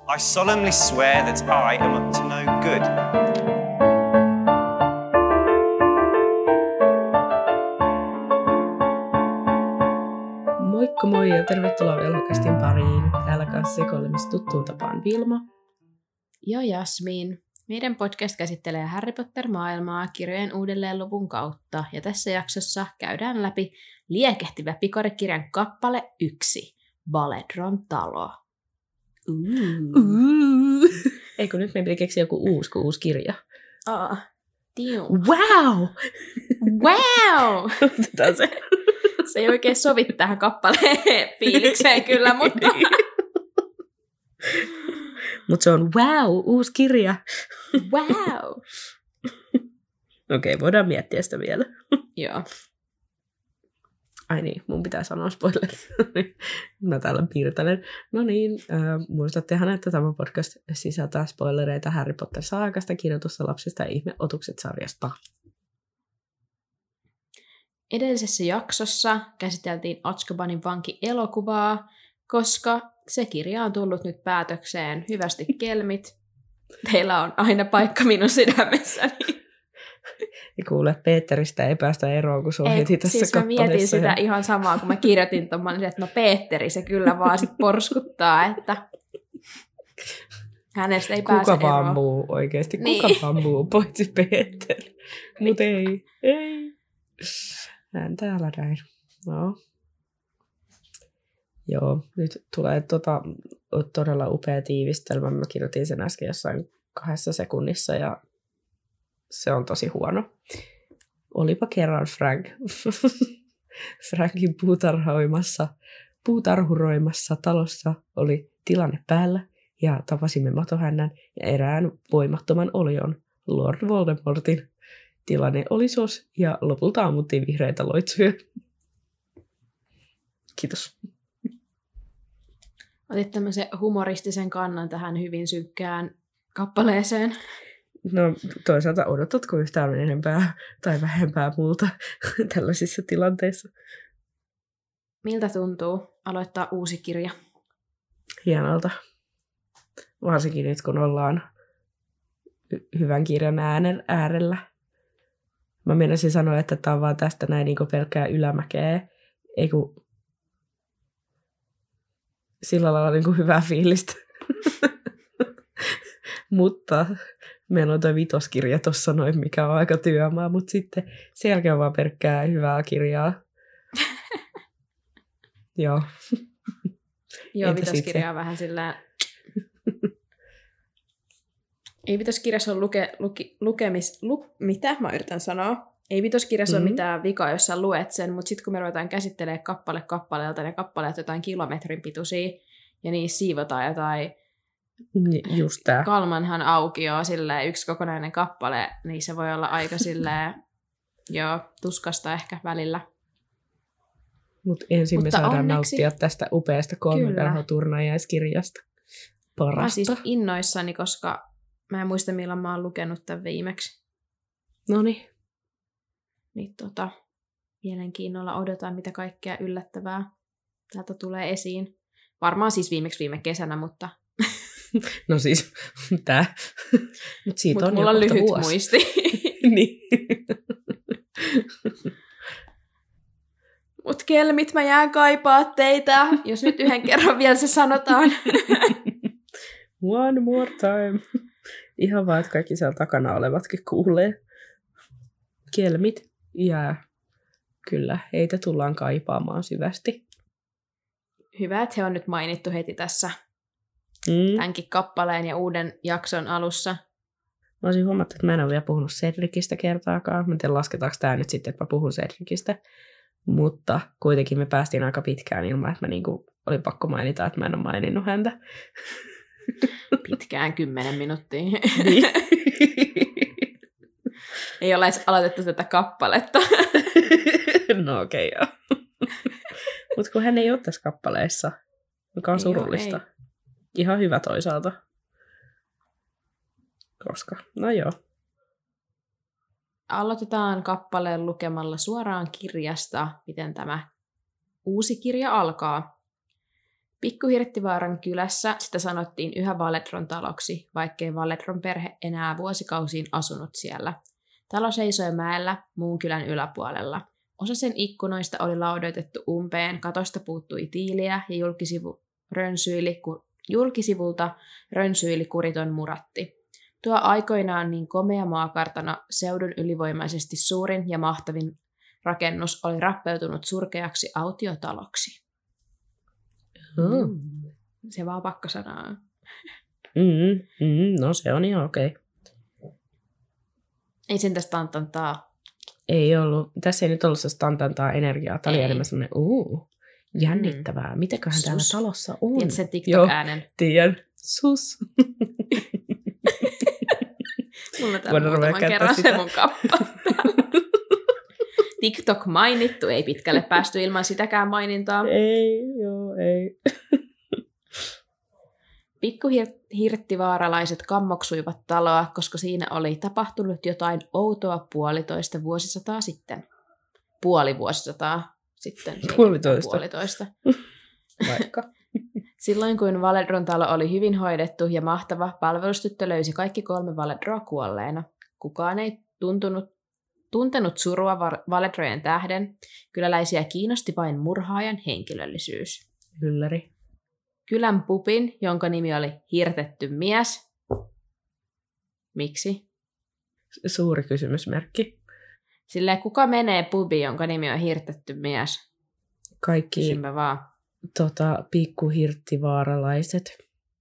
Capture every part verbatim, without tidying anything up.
I solemnly swear that I am up to no good. Moikka moi ja tervetuloa Velhokastin pariin. Täällä kanssa sekoilemassa tuttuun tapaan Vilma. Ja Jasmin. Meidän podcast käsittelee Harry Potter-maailmaa kirjojen uudelleenluvun kautta, ja tässä jaksossa käydään läpi liekehtivä pikarikirjan kappale yksi, Baledron talo. Uh. Uh. Eikö nyt meidän piti keksiä joku uusi kuin uusi kirja? Oh. Wow! Wow! Otetaan se. Se ei oikein sovi tähän kappaleen fiilikseen kyllä, mutta... Mutta se on wow, uusi kirja. Wow! Okei, okay, voidaan miettiä sitä vielä. Joo. Ai niin, mun pitää sanoa spoilerit. Mä täällä piirtelen. No niin, äh, muistattehan, että tämä podcast sisältää spoilereita Harry Potter-saakasta, kirjoitusta lapsista ja ihmeotukset-sarjasta. Edellisessä jaksossa käsiteltiin Azkabanin vanki-elokuvaa, koska se kirja on tullut nyt päätökseen. Hyvästi kelmit. Teillä on aina paikka minun sydämessäni. Ja kuule, Peetteristä ei päästä eroon, kun se on ei, heti tässä siis mä mietin sitä ja... ihan samaa, kun mä kirjoitin tuon, että no Peetteri se kyllä vaan sit porskuttaa, että hänestä ei kuka pääse eroon. Kuka vaan muu oikeasti, niin. Kuka vaan muu, poitsi Peetteri. Mut ei, ei. Hän täällä näin. No. Joo, nyt tulee tota, todella upea tiivistelmä. Mä kirjoitin sen äsken jossain kahdessa sekunnissa ja se on tosi huono. Olipa kerran Frank. Frankin puutarhoimassa, puutarhuroimassa talossa oli tilanne päällä ja tapasimme matohännän ja erään voimattoman olion, Lord Voldemortin. Tilanne oli sos ja lopulta ammuttiin vihreitä loitsuja. Kiitos. Otit tämmöisen humoristisen kannan tähän hyvin synkkään kappaleeseen. No toisaalta odotatko yhtään enempää tai vähempää multa tällaisissa tilanteissa? Miltä tuntuu aloittaa uusi kirja? Hienolta. Varsinkin nyt kun ollaan hyvän kirjan äärellä. Mä meinasin sanoa, että tämä on vaan tästä näin niin pelkkää ylämäkeä. Ei kun sillä lailla niin kuin hyvää fiilistä. Mutta meillä on tuo vitoskirja tuossa noin, mikä on aika työmaa, mutta sitten sen jälkeen on vaan pelkkää hyvää kirjaa. Joo. Joo, vitoskirja on vähän sillä... Ei vitoskirjassa ole luke, luki, lukemis... Lu, mitä mä yritän sanoa? Ei vitoskirjassa mm-hmm. ole mitään vikaa, jos sä luet sen, mutta sitten kun me ruvetaan käsittelemään kappale kappaleelta, ne kappaleet jotain kilometrin pituisia, ja niissä siivotaan jotain... Just tää. Kalmanhan aukio silleen yksi kokonainen kappale, niin se voi olla aika silleen, joo, tuskasta ehkä välillä. Mut ensin Mutta me saadaan onneksi... nauttia tästä upeasta kolmiverhoturnajaiskirjasta. Parasta. Mä siis innoissani, koska mä en muista milloin mä oon lukenut tämän viimeksi. Noniin. Niin tota, mielenkiinnolla odotan, mitä kaikkea yllättävää täältä tulee esiin. Varmaan siis viimeksi viime kesänä, mutta... No siis, tää. Mut siitä Mut on mulla jo on lyhyt vuosi. muisti. Niin. Mut kelmit, mä jään kaipaa teitä, jos nyt yhden kerran vielä se sanotaan. One more time. Ihan vaan, että kaikki siellä takana olevatkin kuulee. Kelmit jää. Kyllä, heitä tullaan kaipaamaan syvästi. Hyvä, että he on nyt mainittu heti tässä Mm. tämänkin kappaleen ja uuden jakson alussa. Mä olisin huomannut, että mä en ole vielä puhunut Cedricistä kertaakaan. Mä en tiedä, lasketaanko tää nyt sitten, että mä puhun Cedricistä. Mutta kuitenkin me päästiin aika pitkään ilman, että mä niinku olin pakko mainita, että mä en ole maininnut häntä. Pitkään kymmenen minuuttia. Niin. Ei ole edes aloitettu tätä kappaletta. No okei, okay, joo. Mutta kun hän ei ole tässä kappaleessa, mikä on ei surullista. Ole, ihan hyvä toisaalta. Koska, no joo. Aloitetaan kappaleen lukemalla suoraan kirjasta, miten tämä uusi kirja alkaa. Pikkuhirttivaaran kylässä sitä sanottiin yhä Valedron taloksi, vaikkei Valedron perhe enää vuosikausiin asunut siellä. Talo seisoi mäellä muun kylän yläpuolella. Osa sen ikkunoista oli laudoitettu umpeen, katosta puuttui tiiliä ja julkisivu rönsyili, ku, julkisivulta rönsyili kuriton muratti. Tuo aikoinaan niin komea maakartana seudun ylivoimaisesti suurin ja mahtavin rakennus oli rappeutunut surkeaksi autiotaloksi. Mm. Se vaan pakkosanaa. Mm, mm, no se on ihan okei. Okay. Ei sen tästä antantaa. Ei ollut. Tässä ei nyt ollut se antantaa energiaa. Tämä oli Ei. enemmän semmoinen, uu, jännittävää. Mitäköhän Sus. täällä talossa on? Tiedätkö sen TikTok-äänen? Joo, tiedän. Sus. Mulla täällä Voidaan muutaman ruveta kerran sitä. se mun kappale. TikTok mainittu, ei pitkälle päästy ilman sitäkään mainintaa. Ei, joo, ei. Pikkuhirttivaaralaiset kammoksuivat taloa, koska siinä oli tapahtunut jotain outoa puolitoista vuosisataa sitten. Puoli vuosisataa sitten. Puolitoista. Puolitoista. Vaikka. Silloin kun Valedron talo oli hyvin hoidettu ja mahtava, palvelustyttö löysi kaikki kolme Valedroa kuolleena. Kukaan ei tuntunut, tuntenut surua Valedrojen tähden. Kyläläisiä kiinnosti vain murhaajan henkilöllisyys. Ylläri. Kylän pupin, jonka nimi oli Hirtetty mies. Miksi? Suuri kysymysmerkki. Silleen, kuka menee pubiin, jonka nimi on Hirtetty mies? Kaikki Kysymme vaan. tota, pikkuhirttivaaralaiset.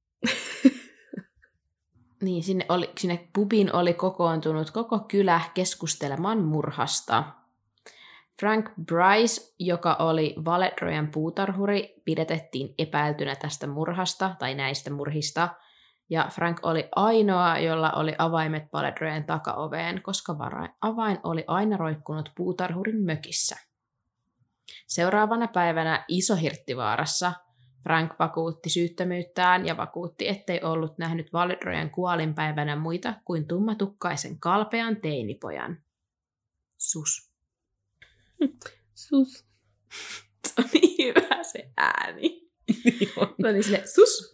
Niin, sinne, oli, sinne pubiin oli kokoontunut koko kylä keskustelemaan murhasta. Frank Bryce, joka oli Valedrojen puutarhuri, pidetettiin epäiltynä tästä murhasta tai näistä murhista. Ja Frank oli ainoa, jolla oli avaimet Valedrojen takaoveen, koska vara- avain oli aina roikkunut puutarhurin mökissä. Seuraavana päivänä Isohirttivaarassa Frank vakuutti syyttömyyttään ja vakuutti, ettei ollut nähnyt Valedrojen kuolinpäivänä muita kuin tummatukkaisen kalpean teinipojan. Sus. Sus. Se on niin hyvä se ääni. Se on niin silleen, sus.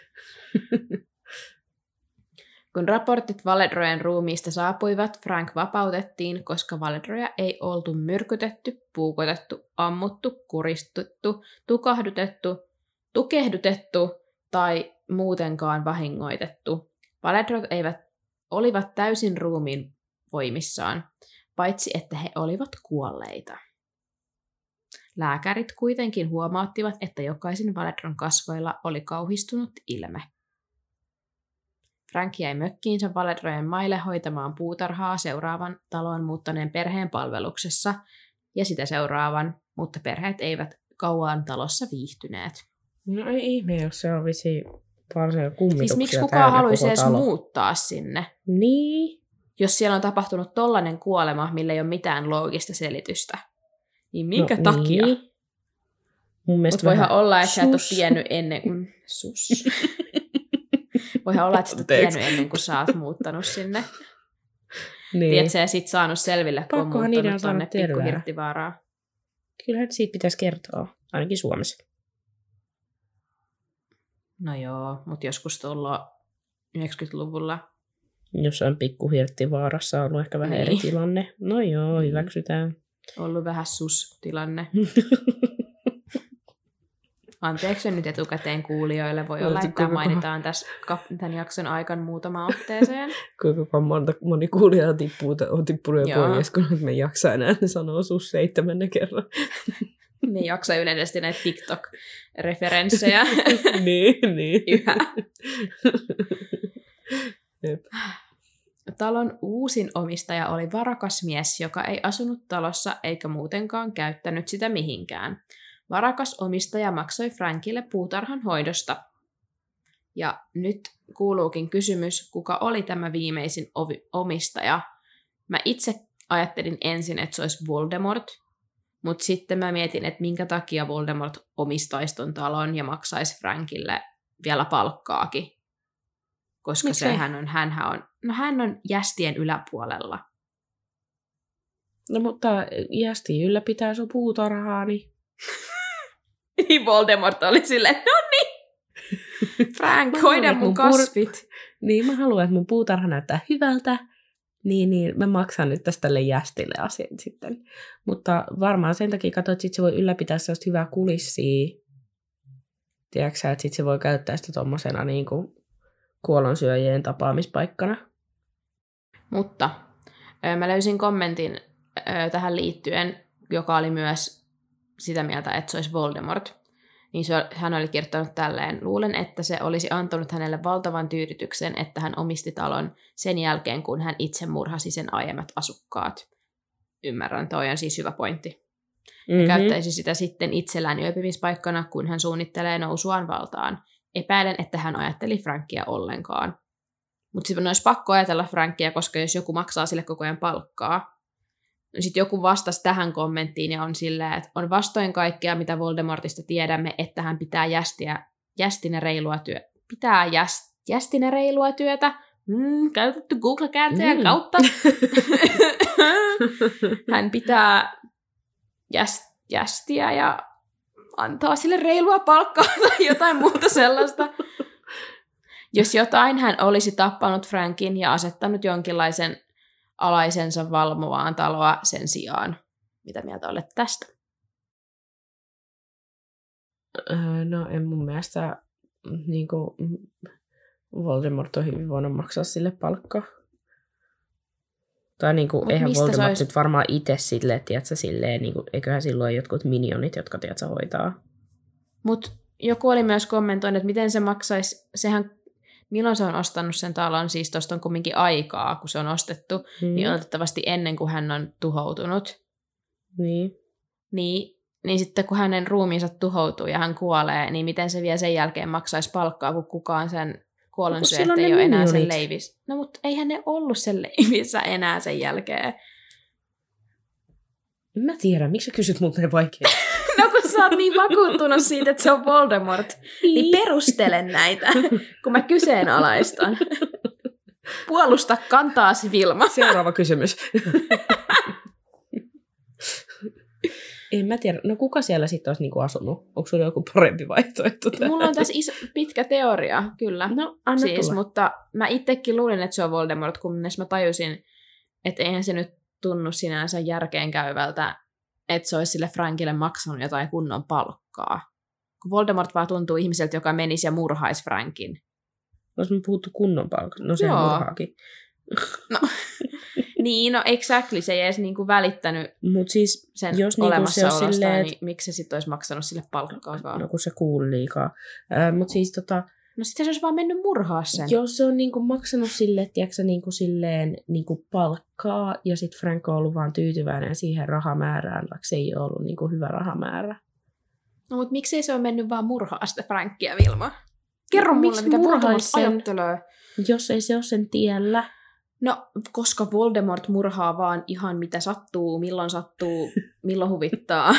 Kun raportit Valedrojen ruumiista saapuivat, Frank vapautettiin, koska Valedroja ei oltu myrkytetty, puukotettu, ammuttu, kuristettu, tukahdutettu, tukehdutettu tai muutenkaan vahingoitettu. Valedrot eivät olivat täysin ruumiin voimissaan, paitsi että he olivat kuolleita. Lääkärit kuitenkin huomauttivat, että jokaisen Valedron kasvoilla oli kauhistunut ilme. Frank jäi mökkiinsä Valedrojen maille hoitamaan puutarhaa seuraavan taloon muuttaneen perheen palveluksessa ja sitä seuraavan, mutta perheet eivät kauan talossa viihtyneet. No ei ihme, jos se on visi paljon kummituksia. Siis miksi kukaan haluaisi edes talo. muuttaa sinne? Niin. Jos siellä on tapahtunut tollainen kuolema, millä ei ole mitään loogista selitystä. Niin minkä no, takia? Niin. Mun Mutta voihan vähän olla, että sus. sä et ole tiennyt ennen kuin... Sus. Voihan olla, että sä et ole tiennyt ennen kuin sä oot muuttanut sinne. Niin. Tiedätkö, ja sit saanut selville, kun on Pakkohan niiden on muuttanut tonne saanut terveellä. Pikkuhirttivaaraan. Kyllähän siitä pitäisi kertoa, ainakin Suomessa. No joo, mutta joskus tuolla yhdeksänkymmentäluvulla. Jossain Pikkuhirttivaarassa on ollut ehkä vähän Niin. eri tilanne. No joo, Niin. hyväksytään. Ollut vähän sus-tilanne. Anteeksi nyt etukäteen kuulijoille. Voi No, olla, että tämä kuinka- mainitaan tässä kap- tämän jakson aikana muutamaan otteeseen. Kuinka monta, moni kuulija tippuu, on tippunut jo Joo. pois, kun me ei jaksa enää ne sanoo sus seitsemännen kerran. Ne ei jaksa yleisesti näitä TikTok-referenssejä niin, niin. yhä. Jep. Talon uusin omistaja oli varakas mies, joka ei asunut talossa eikä muutenkaan käyttänyt sitä mihinkään. Varakas omistaja maksoi Frankille puutarhan hoidosta. Ja nyt kuuluukin kysymys, kuka oli tämä viimeisin ovi- omistaja. Mä itse ajattelin ensin, että se olisi Voldemort, mutta sitten mä mietin, että minkä takia Voldemort omistaisi ton talon ja maksaisi Frankille vielä palkkaakin. Koska Miksei? sehän on, hänhän on, no hän on jästien yläpuolella. No mutta jästi ylläpitää sun puutarhaa, niin Niin Voldemort oli silleen, no niin, Frank, hoida mun kasvit. Pur... Niin, mä haluan, että mun puutarha näyttää hyvältä. Niin, niin, mä maksan nyt tästä tälle jästille asiat sitten. Mutta varmaan sen takia katsoit, että sit se voi ylläpitää sellaista hyvää kulissia. Tiedätkö sä, että sit se voi käyttää sitä tommosena niin kuin kuolonsyöjien tapaamispaikkana. Mutta mä löysin kommentin tähän liittyen, joka oli myös sitä mieltä, että se olisi Voldemort. Niin se, hän oli kirjoittanut tälleen: luulen, että se olisi antanut hänelle valtavan tyydytyksen, että hän omisti talon sen jälkeen, kun hän itse murhasi sen aiemmat asukkaat. Ymmärrän, toi on siis hyvä pointti. Mm-hmm. Ja käyttäisi sitä sitten itsellään yöpymispaikkana, kun hän suunnittelee nousuaan valtaan. Epäilen, että hän ajatteli Frankia ollenkaan. Mutta sitten olisi pakko ajatella Frankia, koska jos joku maksaa sille koko ajan palkkaa. Sitten joku vastasi tähän kommenttiin ja on silleen, että on vastoin kaikkea, mitä Voldemortista tiedämme, että hän pitää jästiä, jästinä reilua työ, pitää jäst, jästinä reilua työtä. Mm, käytetty Google-kääntäjän mm. kautta. Hän pitää jäst, jästiä ja antaa sille reilua palkkaa tai jotain muuta sellaista. Jos jotain, hän olisi tappanut Frankin ja asettanut jonkinlaisen alaisensa valmovaan taloa sen sijaan. Mitä mieltä olet tästä? No en mun mielestä niin kuin, Voldemort on hyvin voinut maksaa sille palkkaa. Tai niin kuin, eihän Voldemort olisi... nyt varmaan itse silleen, tiedätkö, silleen, niin kuin, eiköhän silloin jotkut minionit, jotka tiedätkö, hoitaa. Mutta joku oli myös kommentoinut, että miten se maksaisi, sehän milloin se on ostanut sen talon, siis tuosta on kumminkin aikaa, kun se on ostettu, hmm. niin otettavasti ennen kuin hän on tuhoutunut. Niin. Niin, niin sitten kun hänen ruumiinsa tuhoutuu ja hän kuolee, niin miten se vielä sen jälkeen maksaisi palkkaa, kun kukaan sen kuolonsyöjät ei ole enää sen leivissä. No mutta eihän ne ollut sen leivissä enää sen jälkeen. En mä tiedä, miksi sä kysyt multa ne vaikeita? No kun sä oot niin vakuuttunut siitä, että se on Voldemort, niin perustele näitä, kun mä kyseenalaistan. Puolusta kantaasi, Vilma. Seuraava kysymys. En mä tiedä. No kuka siellä sitten olisi niinku asunut? Onko sulla joku parempi vaihtoehto tähän? Mulla on tässä iso, pitkä teoria, kyllä. No, anna siis, tulla. Mutta mä itsekin luulin, että se on Voldemort, kunnes mä tajusin, että eihän se nyt tunnu sinänsä järkeenkäyvältä, että se olisi sille Frankille maksanut jotain kunnon palkkaa. Kun Voldemort vaan tuntuu ihmiseltä, joka menisi ja murhaisi Frankin. Olisi me puhuttu kunnon palkkaa. No sehän murhaakin. No, niin, no exactly. Se ei edes niinku välittänyt Mut siis, sen jos olemassaolostaan, niinku silleen, niin miksi se sitten olisi maksanut sille palkkaa? No kun se kuuli liikaa. Äh, Mutta siis tota... No sitten se olisi vaan mennyt murhaa sen. Jos se on niinku maksanut sille, tiedätkö, niinku silleen niinku palkkaa, ja sitten Frank on ollut vaan tyytyväinen siihen rahamäärään, vaikka se ei ole ollut niinku hyvä rahamäärä. No mutta miksei se ole mennyt vaan murhaa sitä Frankia, Vilma? Kerro no, mulle, mitä Voldemort ajattelee. Jos ei se ole sen tiellä. No, koska Voldemort murhaa vaan ihan mitä sattuu, milloin sattuu, milloin huvittaa.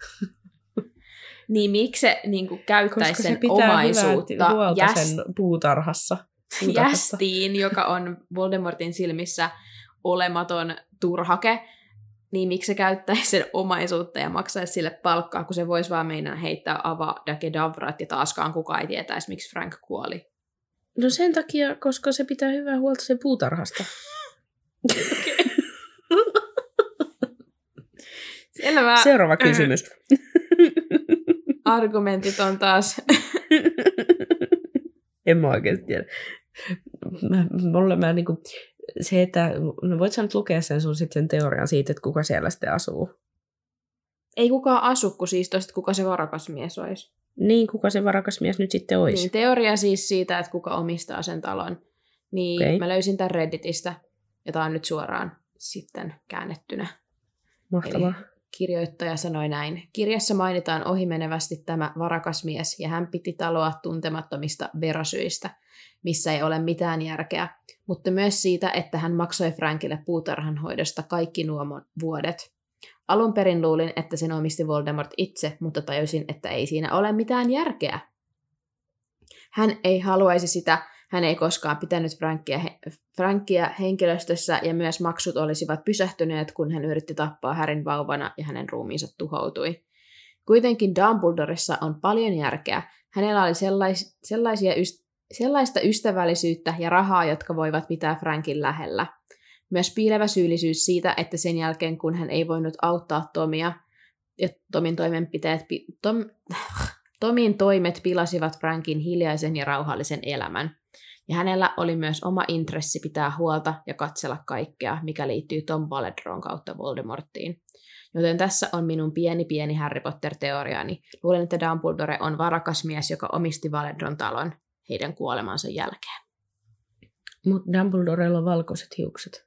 Niin miksi se niin käyttäisi sen omaisuutta jäst... sen puutarhassa. puutarhassa. jästiin, joka on Voldemortin silmissä olematon turhake, niin miksi se käyttäisi sen omaisuutta ja maksaisi sille palkkaa, kun se voisi vaan meinaa heittää Avada Kedavrat ja taaskaan kukaan ei tietäisi, miksi Frank kuoli. No sen takia, koska se pitää hyvää huolta sen puutarhasta. Selvä. Seuraava kysymys. Argumentit on taas... En mä oikeasti tiedä. Mä, mulle mä niinku... Se, että... No voit sä nyt lukea sen sun sitten teorian siitä, että kuka siellä sitten asuu. Ei kukaan asu, kun siis tosta, kuka se varakas mies olisi. Niin, kuka se varakas mies nyt sitten olisi. Niin, teoria siis siitä, että kuka omistaa sen talon. Niin okay. Mä löysin tämän Redditistä, ja tää on nyt suoraan sitten käännettynä. Mahtavaa. Eli kirjoittaja sanoi näin. Kirjassa mainitaan ohimenevästi tämä varakas mies, ja hän piti taloa tuntemattomista verosyistä, missä ei ole mitään järkeä, mutta myös siitä, että hän maksoi Frankille puutarhanhoidosta kaikki nuo vuodet. Alun perin luulin, että sen omisti Voldemort itse, mutta tajusin, että ei siinä ole mitään järkeä. Hän ei haluaisi sitä, hän ei koskaan pitänyt Frankia, Frankia henkilöstössä ja myös maksut olisivat pysähtyneet, kun hän yritti tappaa Harryn vauvana ja hänen ruumiinsa tuhoutui. Kuitenkin Dumbledoressa on paljon järkeä. Hänellä oli sellais, sellaisia yst, sellaista ystävällisyyttä ja rahaa, jotka voivat pitää Frankin lähellä. Myös piilevä syyllisyys siitä, että sen jälkeen kun hän ei voinut auttaa Tomia, ja Tomin toimenpiteet, Tom, Tomin toimet pilasivat Frankin hiljaisen ja rauhallisen elämän. Ja hänellä oli myös oma intressi pitää huolta ja katsella kaikkea, mikä liittyy Tom Valedron kautta Voldemorttiin. Joten tässä on minun pieni pieni Harry Potter-teoriani. Luulen, että Dumbledore on varakas mies, joka omisti Valedron talon heidän kuolemansa jälkeen. Mutta Dumbledorella on valkoiset hiukset.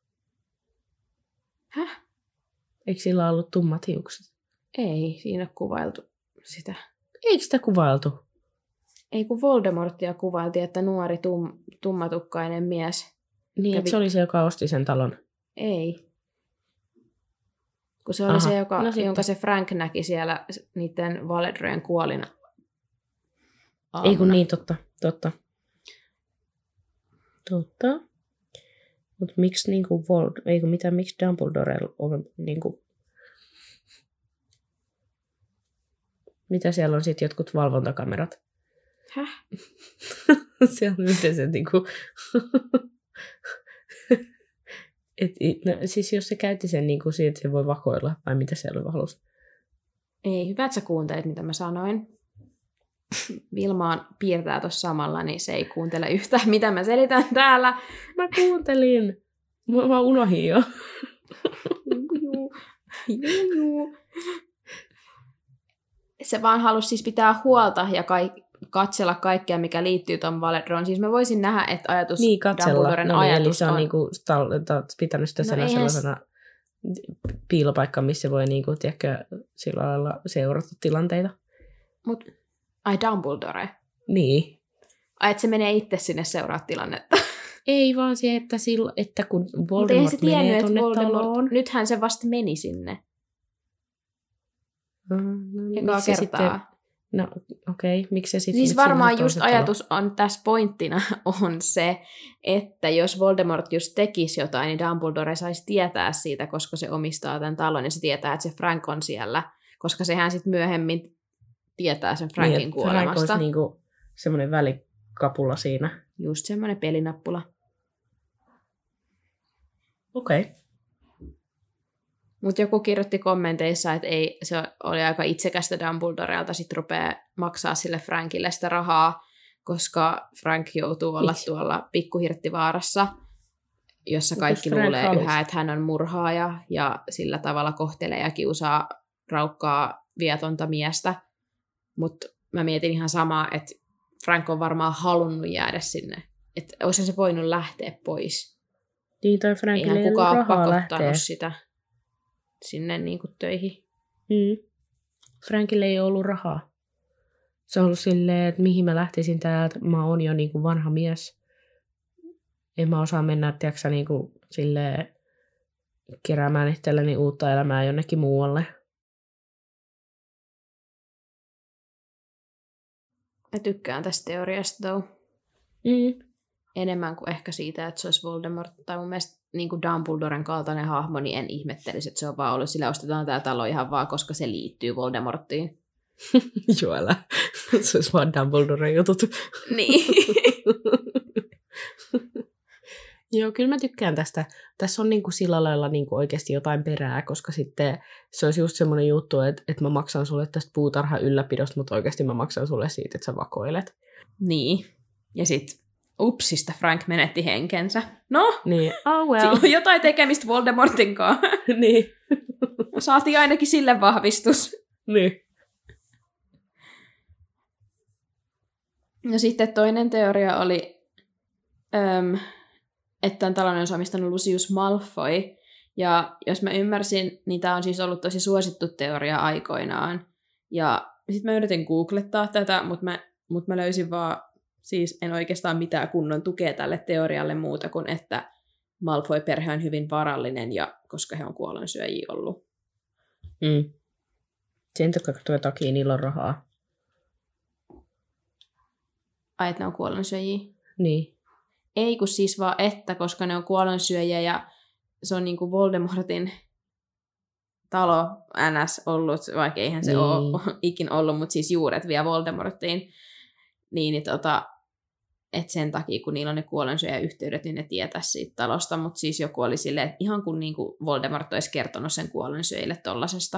Häh? Eikö sillä ollut tummat hiukset? Ei, siinä ole kuvailtu sitä. Eikö sitä kuvailtu? Ei, kun Voldemortia kuvailtiin, että nuori tum, tummatukkainen mies. Niin, kävi... että se oli se, joka osti sen talon. Ei. Kun se oli Aha. se, joka, No jonka se Frank näki siellä niiden Valedrojen kuolina. Ei kun niin, totta. Totta. Totta. Mutta miksi niinku Vold... Ei kun mitä, miksi Dumbledore on niinku... Mitä siellä on sitten jotkut valvontakamerat? Häh? Siellä on miten se niinku... Et, no, siis jos se käytti sen niinku siitä, että se voi vakoilla, vai mitä se oli halus? Ei, hyvä, että sä kuuntelit, mitä mä sanoin. Vilmaan piirtää tuossa samalla, niin se ei kuuntele yhtään, mitä mä selitän täällä. Mä kuuntelin. Mä, mä unohdin jo. Juu, juu, juu. Se vaan halusi siis pitää huolta ja ka- katsella kaikkea, mikä liittyy Tom Valedron. Siis mä voisin nähdä, että ajatus niin, katsella. Dumbledoren No, ajatus eli se on, on... niinku, tal- pitänyt sitä No no, eihän sellaisena piilopaikka, missä voi niinku, tiedätkö, sillä lailla seurata tilanteita. Mut, ai Dumbledore. Niin. Ai, että se menee itse sinne seuraa tilannetta. Ei vaan se, että, sillä, että kun Mutta eihän se Voldemort menee tiennyt, että tonne Voldemort... taloon. Nythän se vasta meni sinne. Mm, no, Ekaa miksi se kertaa. Sitten, no okei, okay. Miksi se sitten... Siis nyt varmaan sinne just toiseen taloon? ajatus on tässä pointtina on se, että jos Voldemort just tekisi jotain, niin Dumbledore saisi tietää siitä, koska se omistaa tämän talon ja se tietää, että se Frank on siellä, koska sehän sitten myöhemmin tietää sen Frankin niin, kuolemasta. Frank olisi niinku semmoinen välikapula siinä. Just semmoinen pelinappula. Okei. Okay. Mutta joku kirjoitti kommenteissa, että ei, se oli aika itsekästä Dumbledorelta sit rupeaa maksaa sille Frankille sitä rahaa, koska Frank joutuu olla Miksi? tuolla pikkuhirttivaarassa, jossa Mut kaikki jos Frank luulee halusi? yhä, että hän on murhaaja ja sillä tavalla kohtelee ja kiusaa raukkaa vietonta miestä. Mutta mä mietin ihan samaa, että Frank on varmaan halunnut jäädä sinne. Että olisi se voinut lähteä pois. Niin, toi Frankille Eihän ei ollut kukaan ole rahaa pakottanut lähteä. sitä sinne niin kuin töihin. Mm. Frankille ei ollut rahaa. Se on ollut silleen, että mihin mä lähtisin täältä. Mä oon jo niin kuin vanha mies. En mä osaa mennä, tiiäksä, niin kuin silleen keräämään itselleni uutta elämää jonnekin muualle. Mä tykkään tästä teoriasta though. Mm. Enemmän kuin ehkä siitä, että se olisi Voldemort. Tai mun mielestä niin kuin Dumbledoren kaltainen hahmo, niin en ihmettelisi, että se on vaan ollut. Sillä ostetaan tää talo ihan vaan, koska se liittyy Voldemorttiin. Joo, älä. Se olisi vaan Dumbledoren jutut. Niin. Joo, kyllä mä tykkään tästä. Tässä on niinku sillä lailla niinku oikeasti jotain perää, koska sitten se olisi just semmoinen juttu, että, että mä maksan sulle tästä puutarhan ylläpidosta, mutta oikeasti mä maksan sulle siitä, että sä vakoilet. Niin. Ja sit upsista Frank menetti henkensä. No, Niin, oh well. sillä on jotain tekemistä Voldemortin kanssa. niin. Saatiin ainakin sille vahvistus. niin. No sitten toinen teoria oli, äm, että tämän talon olisi omistanut Lucius Malfoy. Ja jos mä ymmärsin, niin tämä on siis ollut tosi suosittu teoria aikoinaan. Ja sitten mä yritin googlettaa tätä, mutta mä, mut mä löysin vaan, siis en oikeastaan mitään kunnon tukea tälle teorialle muuta kuin, että Malfoy-perhe on hyvin varallinen, ja koska he on kuollonsyöjiä ollut. Mm. Sen takia niillä on rahaa. Ai, että ne on kuollonsyöjiä? Niin. Ei kun siis vaan että, koska ne on kuollonsyöjiä ja se on niinku Voldemortin talo N S ollut, vaikka eihän se niin. ole ikin ollut, mutta siis juuret vielä Voldemorttiin, niin, niin tota, että sen takia, kun niillä on ne kuolensyöjäyhteydet, niin ne tietäisi siitä talosta, mutta siis joku oli silleen, että ihan kun niinku Voldemort olisi kertonut sen kuolensyöjille tollasesta.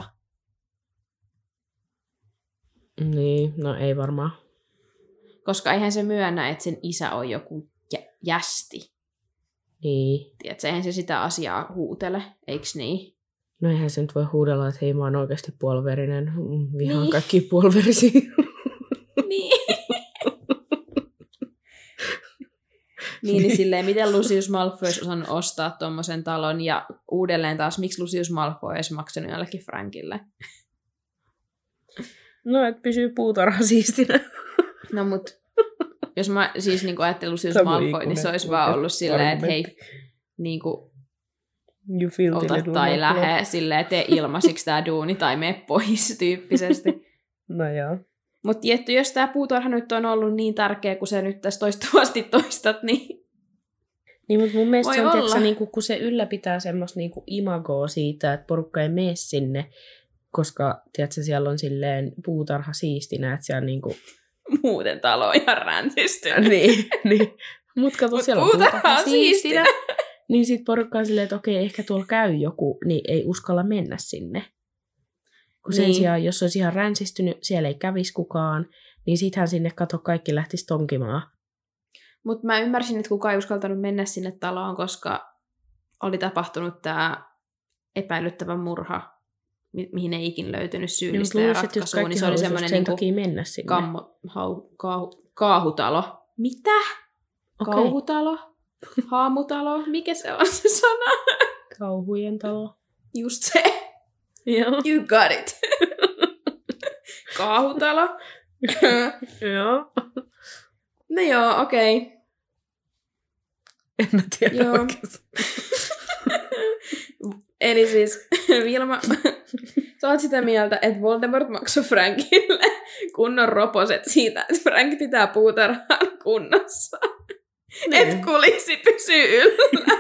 Niin, no ei varmaan. Koska eihän se myönnä, että sen isä on joku jä- jästi. Niin. Tiedätkö, eihän se sitä asiaa huutele, eiks niin? No eihän se nyt voi huudella, että hei, mä oon oikeasti puoliverinen. Vihaan niin. kaikki puoliverisiä. Niin. niin, niin silleen, miten Lucius Malfoy olisi osannut ostaa tommosen talon, ja uudelleen taas, miksi Lucius Malfoy olisi maksanut jollekin Frankille? No, et pysyy puutarha siistinä. No mut, jos mä siis niin ajattelin Lucius Malfoy, niin se olisi vaan ollut silleen, että hei, niin kuin, ota tai lähe, silleen, tee ilmaisiksi tää duuni tai mene pois tyyppisesti. No joo. Mutta tietty, jos tää puutarha nyt on ollut niin tärkeä, kun se nyt tässä toistuvasti toistat, niin Niin, mutta mun mielestä voi se on, tiiäksä, niinku, kun se ylläpitää semmoista niinku imagoa siitä, että porukka ei mene sinne, koska tiiätkö, siellä on silleen puutarha siistinä, että siellä niinku muuten talo on ihan ränsistynyt. niin, niin. Mutta kato, Mut siellä on puutarha puutarha on siistinä. Niin sit porukka on silleen, että okei, ehkä tuolla käy joku, niin ei uskalla mennä sinne. Kun sen niin. sijaan, jos olisi ihan ränsistynyt, siellä ei kävisi kukaan, niin sittenhän sinne kato kaikki lähtisi tonkimaan. Mutta mä ymmärsin, että kukaan ei uskaltanut mennä sinne taloon, koska oli tapahtunut tämä epäilyttävä murha, mi- mihin ei ikin löytynyt syyllistä ja ratkaisua, niin se oli semmoinen sen niinku takia mennä sinne. kammo, hau, kaahu, kaahutalo. Mitä? Okay. Kauhutalo? Haamutalo? Mikä se on se sana? Kauhujen talo. Just se. Joo. You got it. Kaahutalo. Joo. No joo, okei. Okay. En mä tiedä Joo. oikeastaan. Eli siis, Vilma, sä oot sitä mieltä, että Voldemort maksoi Frankille kunnon roposet siitä, että Frank pitää puutarhaan kunnossa. Niin. Et kuliksi pysyy yllä.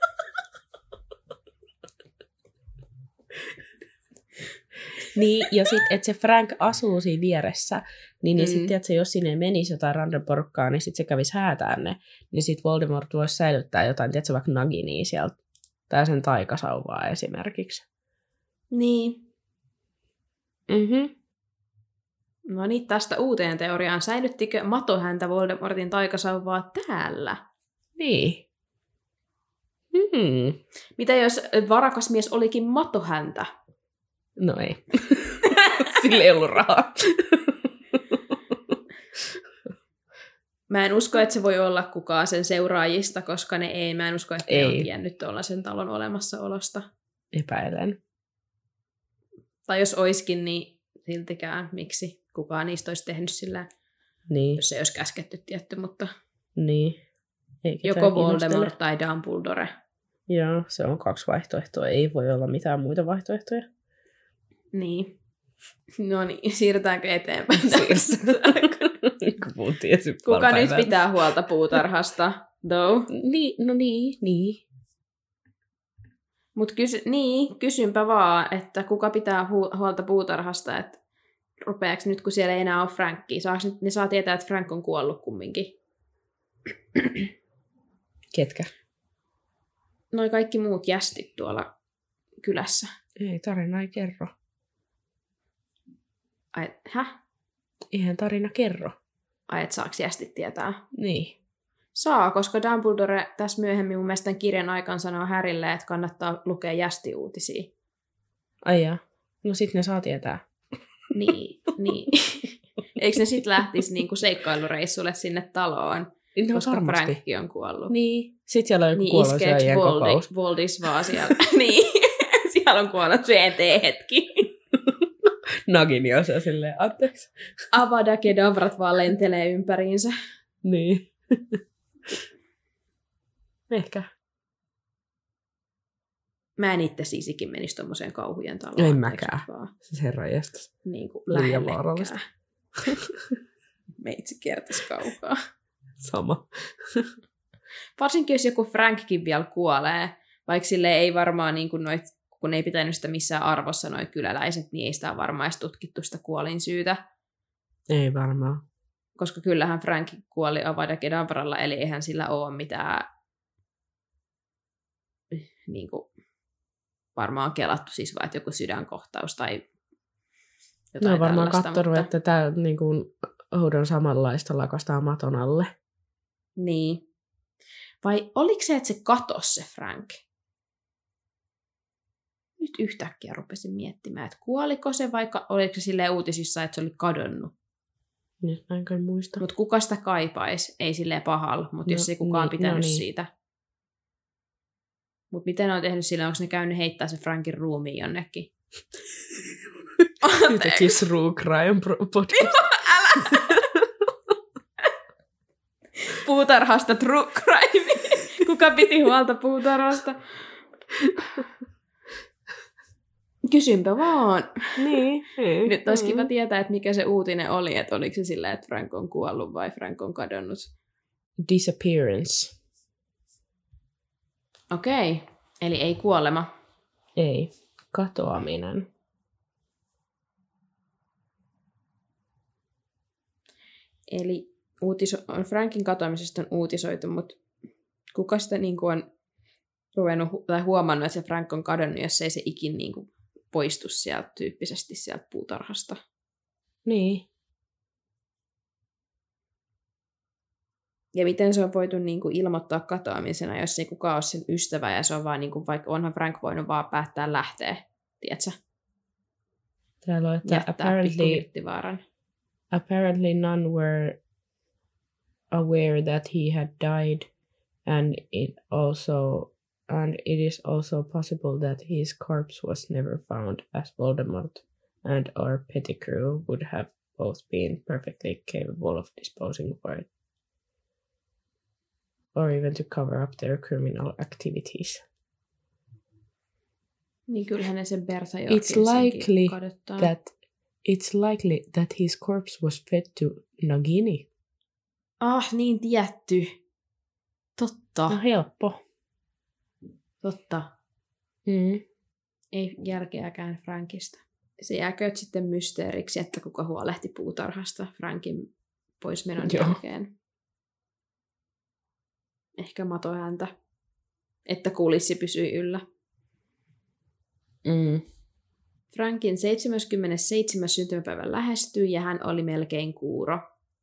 Niin, ja sitten, että se Frank asuu siinä vieressä, niin, niin Mm. sitten, että jos sinne menisi jotain random porukkaa, niin sitten se kävisi häätään ne, niin sitten Voldemort voisi säilyttää jotain, tiedätkö, vaikka Naginia sieltä, tai sen taikasauvaa esimerkiksi. Niin. Mhm. No niin, tästä uuteen teoriaan. Säilyttikö Mato häntä Voldemortin taikasauvaa täällä? Niin. Hmm. Mitä jos varakas mies olikin Mato häntä? No ei. Sillä ei ollut rahaa. Mä en usko, että se voi olla kukaan sen seuraajista, koska ne ei. Mä en usko, että ei. ne on tiennyt tuollaisen talon olemassaolosta. Epäilen. Tai jos oiskin, niin siltikään. Miksi kukaan niistä olisi tehnyt sillä, Niin. jos ei olisi käsketty tietty, mutta Niin. Ei ketään joko kiinnostele. Voldemort tai Dumbledore. Joo, se on kaksi vaihtoehtoa. Ei voi olla mitään muita vaihtoehtoja. Niin. No niin, siirrytäänkö eteenpäin? Kun tiesi Kuka nyt pitää huolta puutarhasta? Though. Niin, no niin, niin. Mutta kysy, niin, kysynpä vaan, että kuka pitää hu- huolta puutarhasta, että rupeaks nyt, kun siellä ei enää ole Frankia. Saaks nyt, ne saa tietää, että Frank on kuollut kumminkin. Ketkä? Noi kaikki muut jästit tuolla kylässä. Ei, tarina ei kerro. Ai, häh? Eihän tarina kerro. Ai, et saaks jästit tietää? Niin. Saa, koska Dumbledore tässä myöhemmin mun mielestä tämän kirjan aikaan sanoo Harrylle, että kannattaa lukea jästiuutisia. Ai jaa. No sit ne saa tietää. Niin, niin. Eikö ne sit lähtisi niinku seikkailureissulle sinne taloon, No, koska varmasti. Frankki on kuollut? Niin. Sit siellä on joku Niin kuolonsyöjien iskeekö kokous. Voldi, Voldis vaan siellä? Niin, siellä on kuolonsyöjien teehetki. Nagini on se silleen, anteeksi. Avada Kedavrat vaan lentelee ympäriinsä. Niin. Ehkä. Mä en itse siis ikin menisi tommoseen kauhujen taloon. En mäkään. Vaan Siis herranjestas. niin kuin Liian lähellekään. vaarallista. Meitsi kiertäisi kaukaa. Sama. Varsinkin jos joku Frankkin vielä kuolee, vaikka sille ei varmaan niin kuin noit kun ei pitänyt sitä missään arvossa noi kyläläiset, niin ei sitä varmaan edes tutkittu sitä kuolinsyytä. Ei varmaan. Koska kyllähän Frank kuoli Avada Kedavralla, eli eihän sillä ole mitään niin kuin, varmaan kelattu siis vaan, että joku sydänkohtaus tai jotain no varmaan kattonut, mutta... että tämä niin kuin, oudon samanlaista lakastaa maton alle. Niin. Vai oliko se, että se katosi se Frank? Nyt yhtäkkiä rupesin miettimään, että kuoliko se vai oliko se silleen uutisissa, että se oli kadonnut. Nyt mä en kai muista. Mutta kuka sitä kaipaisi? Ei silleen pahalla, mutta no, jos ei kukaan niin, pitänyt no niin. siitä. Mutta miten ne on tehnyt sille? Onko ne käynyt heittää se Frankin ruumiin jonnekin? Yhtäkkiä True Crime podcast. Älä! Puutarhasta True Crime. Kuka piti huolta puutarhasta? Kysynpä vaan. Niin. Hei. Nyt olisi kiva tietää, että mikä se uutinen oli, että oliko se silleen, että Frank on kuollut vai Frank on kadonnut. Disappearance. Okei, okay. Eli ei kuolema. Ei, katoaminen. Eli uutiso- Frankin katoamisesta on uutisoitu, mutta kuka sitä niin kuin on ruvennut hu- tai huomannut, että se Frank on kadonnut, jos ei se ikin niin kuin poistu sieltä tyyppisesti sieltä puutarhasta. Niin. Ja miten se on voitu niin kuin ilmoittaa katoamisena, jos ei kukaan ole sen ystävä, ja se on vaan, niin kuin, vaikka onhan Frank voinut vaan päättää lähteä, tiedätkö? Täällä on, että apparently, apparently none were aware that he had died, and it also and it is also possible that his corpse was never found, as Voldemort and our Pettigrew would have both been perfectly capable of disposing of it, or even to cover up their criminal activities. Niin kyllähän ne sen Bertha It's likely that it's likely that his corpse was fed to Nagini. Ah, niin tietty. Totta. No helppo. Totta. Mm. Ei järkeäkään Frankista. Se jääkööt sitten mysteeriksi, että kuka huolehti puutarhasta Frankin poismenon Joo. jälkeen. Ehkä matohäntä. Että kulissi pysyi yllä. Mm. Frankin seitsemänkymmentäseitsemän syntymäpäivä lähestyi ja hän oli melkein kuuro.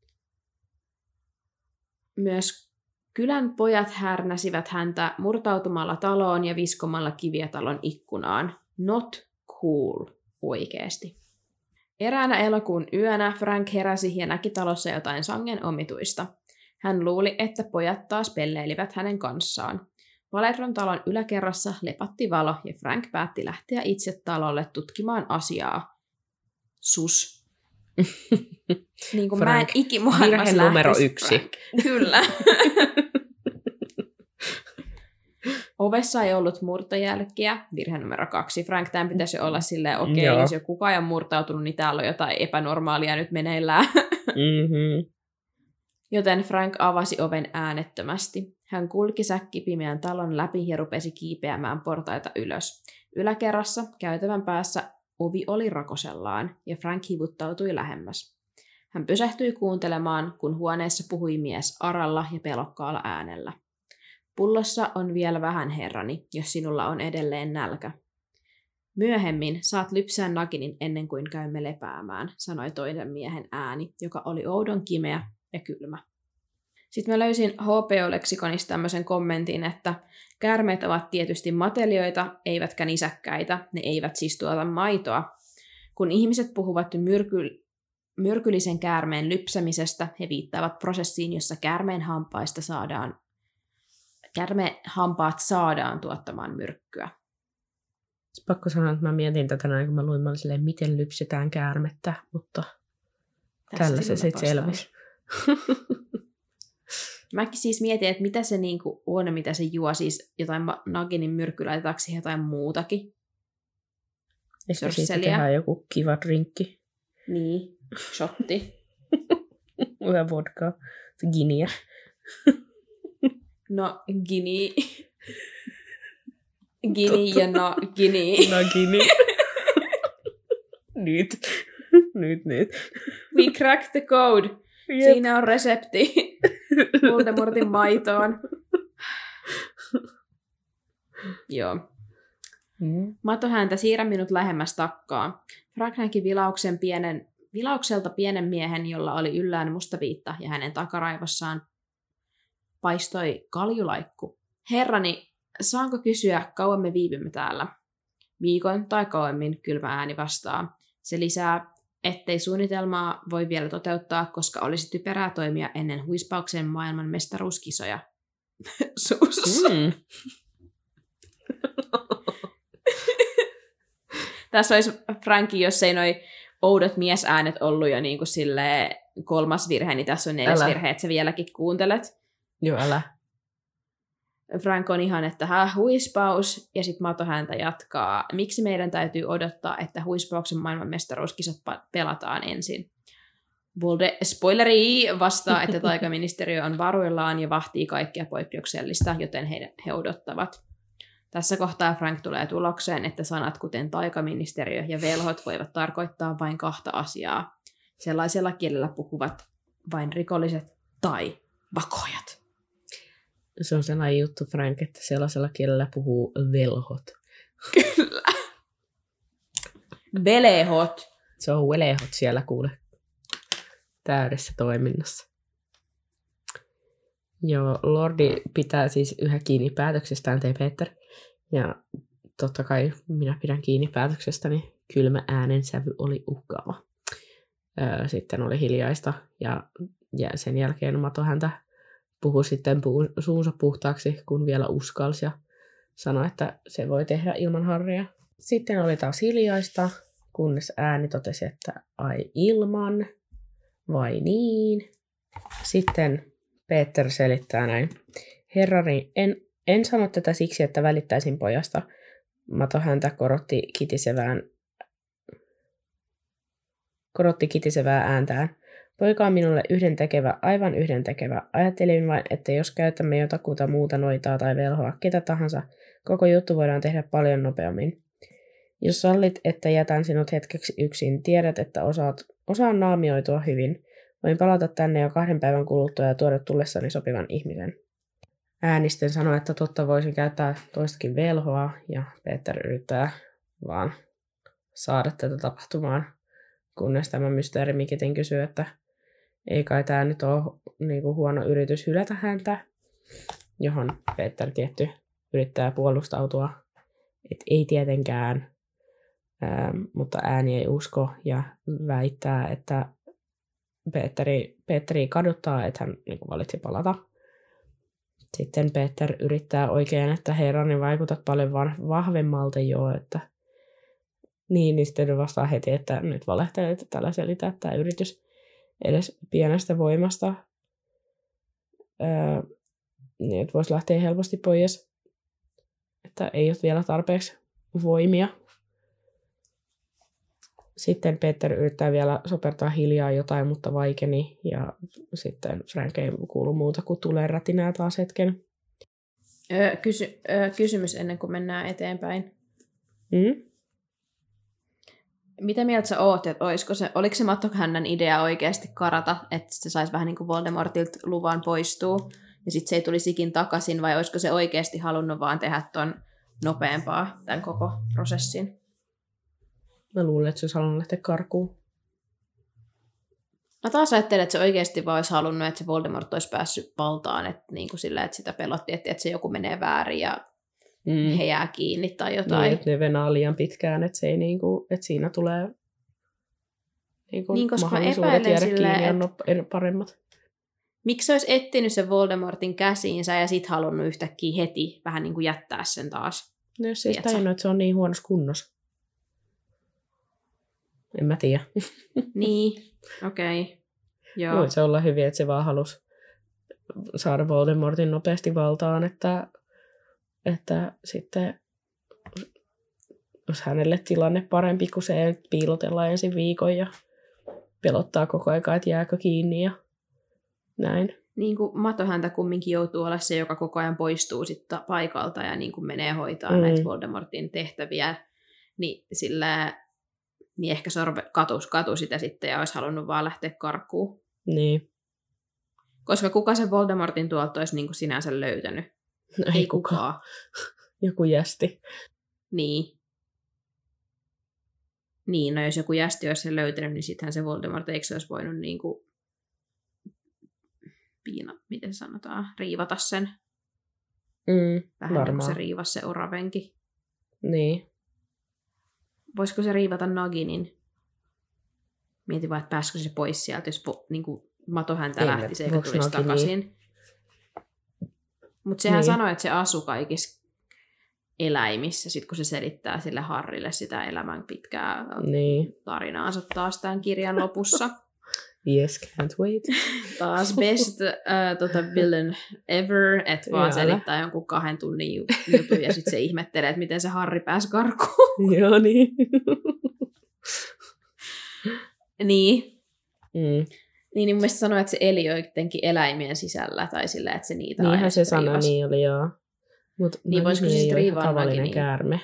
Myös kylän pojat härnäsivät häntä murtautumalla taloon ja viskomalla kiviä talon ikkunaan. Not cool, oikeesti. Eräänä elokuun yönä Frank heräsi ja näki talossa jotain sangen omituista. Hän luuli, että pojat taas pelleilivät hänen kanssaan. Valedron talon yläkerrassa lepatti valo ja Frank päätti lähteä itse talolle tutkimaan asiaa. Sus. Niin kuin mä en ikimaailmassa virhe numero yksi. Frank. Kyllä. Ovessa ei ollut murtojälkiä. Virhe numero kaksi. Frank, tämän pitäisi olla silleen, okei, okay, jos jo kukaan on murtautunut, niin täällä on jotain epänormaalia nyt meneillään. Mm-hmm. Joten Frank avasi oven äänettömästi. Hän kulki säkkipimeän talon läpi ja rupesi kiipeämään portaita ylös. Yläkerrassa, käytävän päässä, ovi oli rakosellaan, ja Frank hivuttautui lähemmäs. Hän pysähtyi kuuntelemaan, kun huoneessa puhui mies aralla ja pelokkaalla äänellä. Pullossa on vielä vähän, herrani, jos sinulla on edelleen nälkä. Myöhemmin saat lypsää Naginin ennen kuin käymme lepäämään, sanoi toinen miehen ääni, joka oli oudon kimeä ja kylmä. Sitten mä löysin H P O-leksikonista tämmöisen kommentin, että käärmeet ovat tietysti matelioita, eivätkä nisäkkäitä, ne eivät siis tuota maitoa. Kun ihmiset puhuvat myrky- myrkyllisen käärmeen lypsämisestä, he viittaavat prosessiin, jossa käärmeen hampaista saadaan, käärmeen hampaat saadaan tuottamaan myrkkyä. Pakko sanoa, että mä mietin tätä näin, kun mä luin, mä olin silleen, miten lypsetään käärmettä, mutta tässä tällä se sitten selvisi. Mäkin siis mietin, että mitä se niinku on, mitä se juo, siis jotain Naginin myrkkyä, laitetaanko siihen jotain muutakin? Ehkä siitä tehdään joku kiva drinkki. Niin, shotti. Vähän vodkaa, giniä. No, gini. Gini ja no, Gini. Nagini. nyt. nyt, nyt. We cracked the code. Jep. Siinä on resepti Voldemortin maitoon. Joo. Mm. Matohäntä, siirrä minut lähemmäs takkaa. Frank näki vilauksen pienen, vilaukselta pienen miehen, jolla oli yllään musta viitta, ja hänen takaraivossaan paistoi kaljulaikku. Herrani, saanko kysyä, kauan me viipymme täällä? Viikon tai kauemmin, kylmä ääni vastaa. Se lisää, ettei suunnitelmaa voi vielä toteuttaa, koska olisi typerää toimia ennen huispauksen maailman mestaruuskisoja. Sus. Mm. Tässä olisi Franki, jos ei noi oudot miesäänet ollut jo niin kuin kolmas virhe, niin tässä on neljäs Älä. virhe, että sä vieläkin kuuntelet. Joo, älä. Frank on ihan, että hä, huispaus, ja sitten Mato häntä jatkaa. Miksi meidän täytyy odottaa, että huispauksen maailmanmestaruuskisat pelataan ensin? Volde, spoileri, vastaa, että taikaministeriö on varuillaan ja vahtii kaikkea poikkeuksellista, joten he, he odottavat. Tässä kohtaa Frank tulee tulokseen, että sanat kuten taikaministeriö ja velhot voivat tarkoittaa vain kahta asiaa. Sellaisella kielellä puhuvat vain rikolliset tai vakoojat. Se on sellainen juttu, Frank, että sellaisella kielellä puhuu velhot. Kyllä. Velehot. Se on velehot siellä kuule. Täydessä toiminnassa. Joo, Lordi pitää siis yhä kiinni päätöksestään, tei Peter. Ja totta kai minä pidän kiinni päätöksestäni. Kylmä äänensävy oli uhkaava. Öö, sitten oli hiljaista ja, ja sen jälkeen Mato häntä puhui sitten pu- suunsa puhtaaksi, kun vielä uskalsi ja sanoi, että se voi tehdä ilman Harrya. Sitten oli taas hiljaista, kunnes ääni totesi, että ai ilman, vai niin. Sitten Peter selittää näin. Herrani, en, en sano tätä siksi, että välittäisin pojasta. Mato häntä korotti kitisevään, korotti kitisevää ääntään. Poika on minulle yhdentekevä, aivan yhdentekevä. Ajattelin vain, että jos käytämme jotakuta muuta noitaa tai velhoa, ketä tahansa, koko juttu voidaan tehdä paljon nopeammin. Jos sallit, että jätän sinut hetkeksi yksin, tiedät, että osaat, osaan naamioitua hyvin. Voin palata tänne jo kahden päivän kuluttua ja tuoda tullessani sopivan ihmisen. Äänisten sanoi, että totta voisin käyttää toistakin velhoa, ja Peter yrittää vaan saada tätä tapahtumaan, kunnes tämä mysteeri Mikiten kysyy, että ei kai tämä nyt ole niinku huono yritys hylätä häntä, johon Peter tietty yrittää puolustautua, että ei tietenkään, ää, mutta ääni ei usko ja väittää, että Peteri, Petri kaduttaa, että hän niin kuin valitsi palata. Sitten Peter yrittää oikein, että herrani vaikutat paljon vahvemmalta jo, että niin, niin sitten vastaa heti, että nyt valehtelee, että tällä selitää tämä yritys edes pienestä voimasta. Öö, niin, että voisi lähteä helposti pois, että ei ole vielä tarpeeksi voimia. Sitten Peter yrittää vielä sopertaa hiljaa jotain, mutta vaikeni. Ja sitten Frank ei kuulu muuta kuin tulee rätinää taas hetken. Öö, kysy- öö, kysymys ennen kuin mennään eteenpäin. Mm? Mitä mieltä sä oot, että olisiko se, oliko se Mato hännän idea oikeasti karata, että se saisi vähän niin kuin Voldemortilta luvan poistua, ja sitten se ei tulisikin takaisin, vai olisiko se oikeasti halunnut vaan tehdä ton nopeampaa tämän koko prosessin? Mä luulen, että se olisi halunnut lähteä karkuun. Mä taas ajattelen, että se oikeasti vaan olisi halunnut, että se Voldemort olisi päässyt valtaan, että, niin kuin sillä, että sitä pelotti, että, että se joku menee väärin ja mm. he jää kiinni tai jotain. Niin, että ne venaa liian pitkään, että, se ei niinku, että siinä tulee niinku niin, koska mahdollisuudet jäädä silleen, kiinni että... on paremmat. Miksi se olisi etsinyt sen Voldemortin käsiinsä ja sitten halunnut yhtäkkiä heti vähän niin kuin jättää sen taas? No jos siis tajunnut, että se on niin huonossa kunnossa. En mä tiedä. Niin, okei. Okay. Joo. Voisi se olla hyvin, että se vaan halusi saada Voldemortin nopeasti valtaan, että, että sitten olisi hänelle tilanne parempi, kun se piilotellaan ensin viikon ja pelottaa koko ajan, että jääkö kiinni ja näin. niin kuin matohäntä kumminkin joutuu olla se, joka koko ajan poistuu sitten paikalta ja niin kuin menee hoitaa mm. näitä Voldemortin tehtäviä, niin sillä niin ehkä Sorve katus, katu sitä sitten ja olisi halunnut vaan lähteä karkuun. Niin. Koska kuka se Voldemortin tuolta olisi niin kuin sinänsä löytänyt? No ei, ei kukaan. Kuka. Joku jästi. Niin. Niin, no jos joku jästi olisi sen löytänyt, niin sittenhän se Voldemort, eikö se olisi voinut niin kuin piina, miten sanotaan, riivata sen. Mm, vähän varmaan. Niin kuin se riivasi se oravenkin. Niin. Voisiko se riivata Naginin? Mietin vaan, että pääsikö se pois sieltä, jos niin kuin matohäntä lähti, se eikä tulisi takaisin. Mutta sehän niin. sanoi, että se asui kaikissa eläimissä, sit kun se selittää sille Harrylle sitä elämän pitkää niin. tarinaansa taas tämän kirjan lopussa. Yes, can't wait. Taas best uh, tota villain ever, että vaan selittää jonkun kahden tunnin jutun ja sitten se ihmettelee, että miten se Harry pääsi karkuun. Joo, niin. niin. Mm. Niin, niin mun mielestä sanoi, että se eli joidenkin eläimien sisällä, tai sillä, että se niitä aina niinhän se sanoi, niin oli joo. Mut niin voisiko se sitten riivaa tavallinen niin. käärme.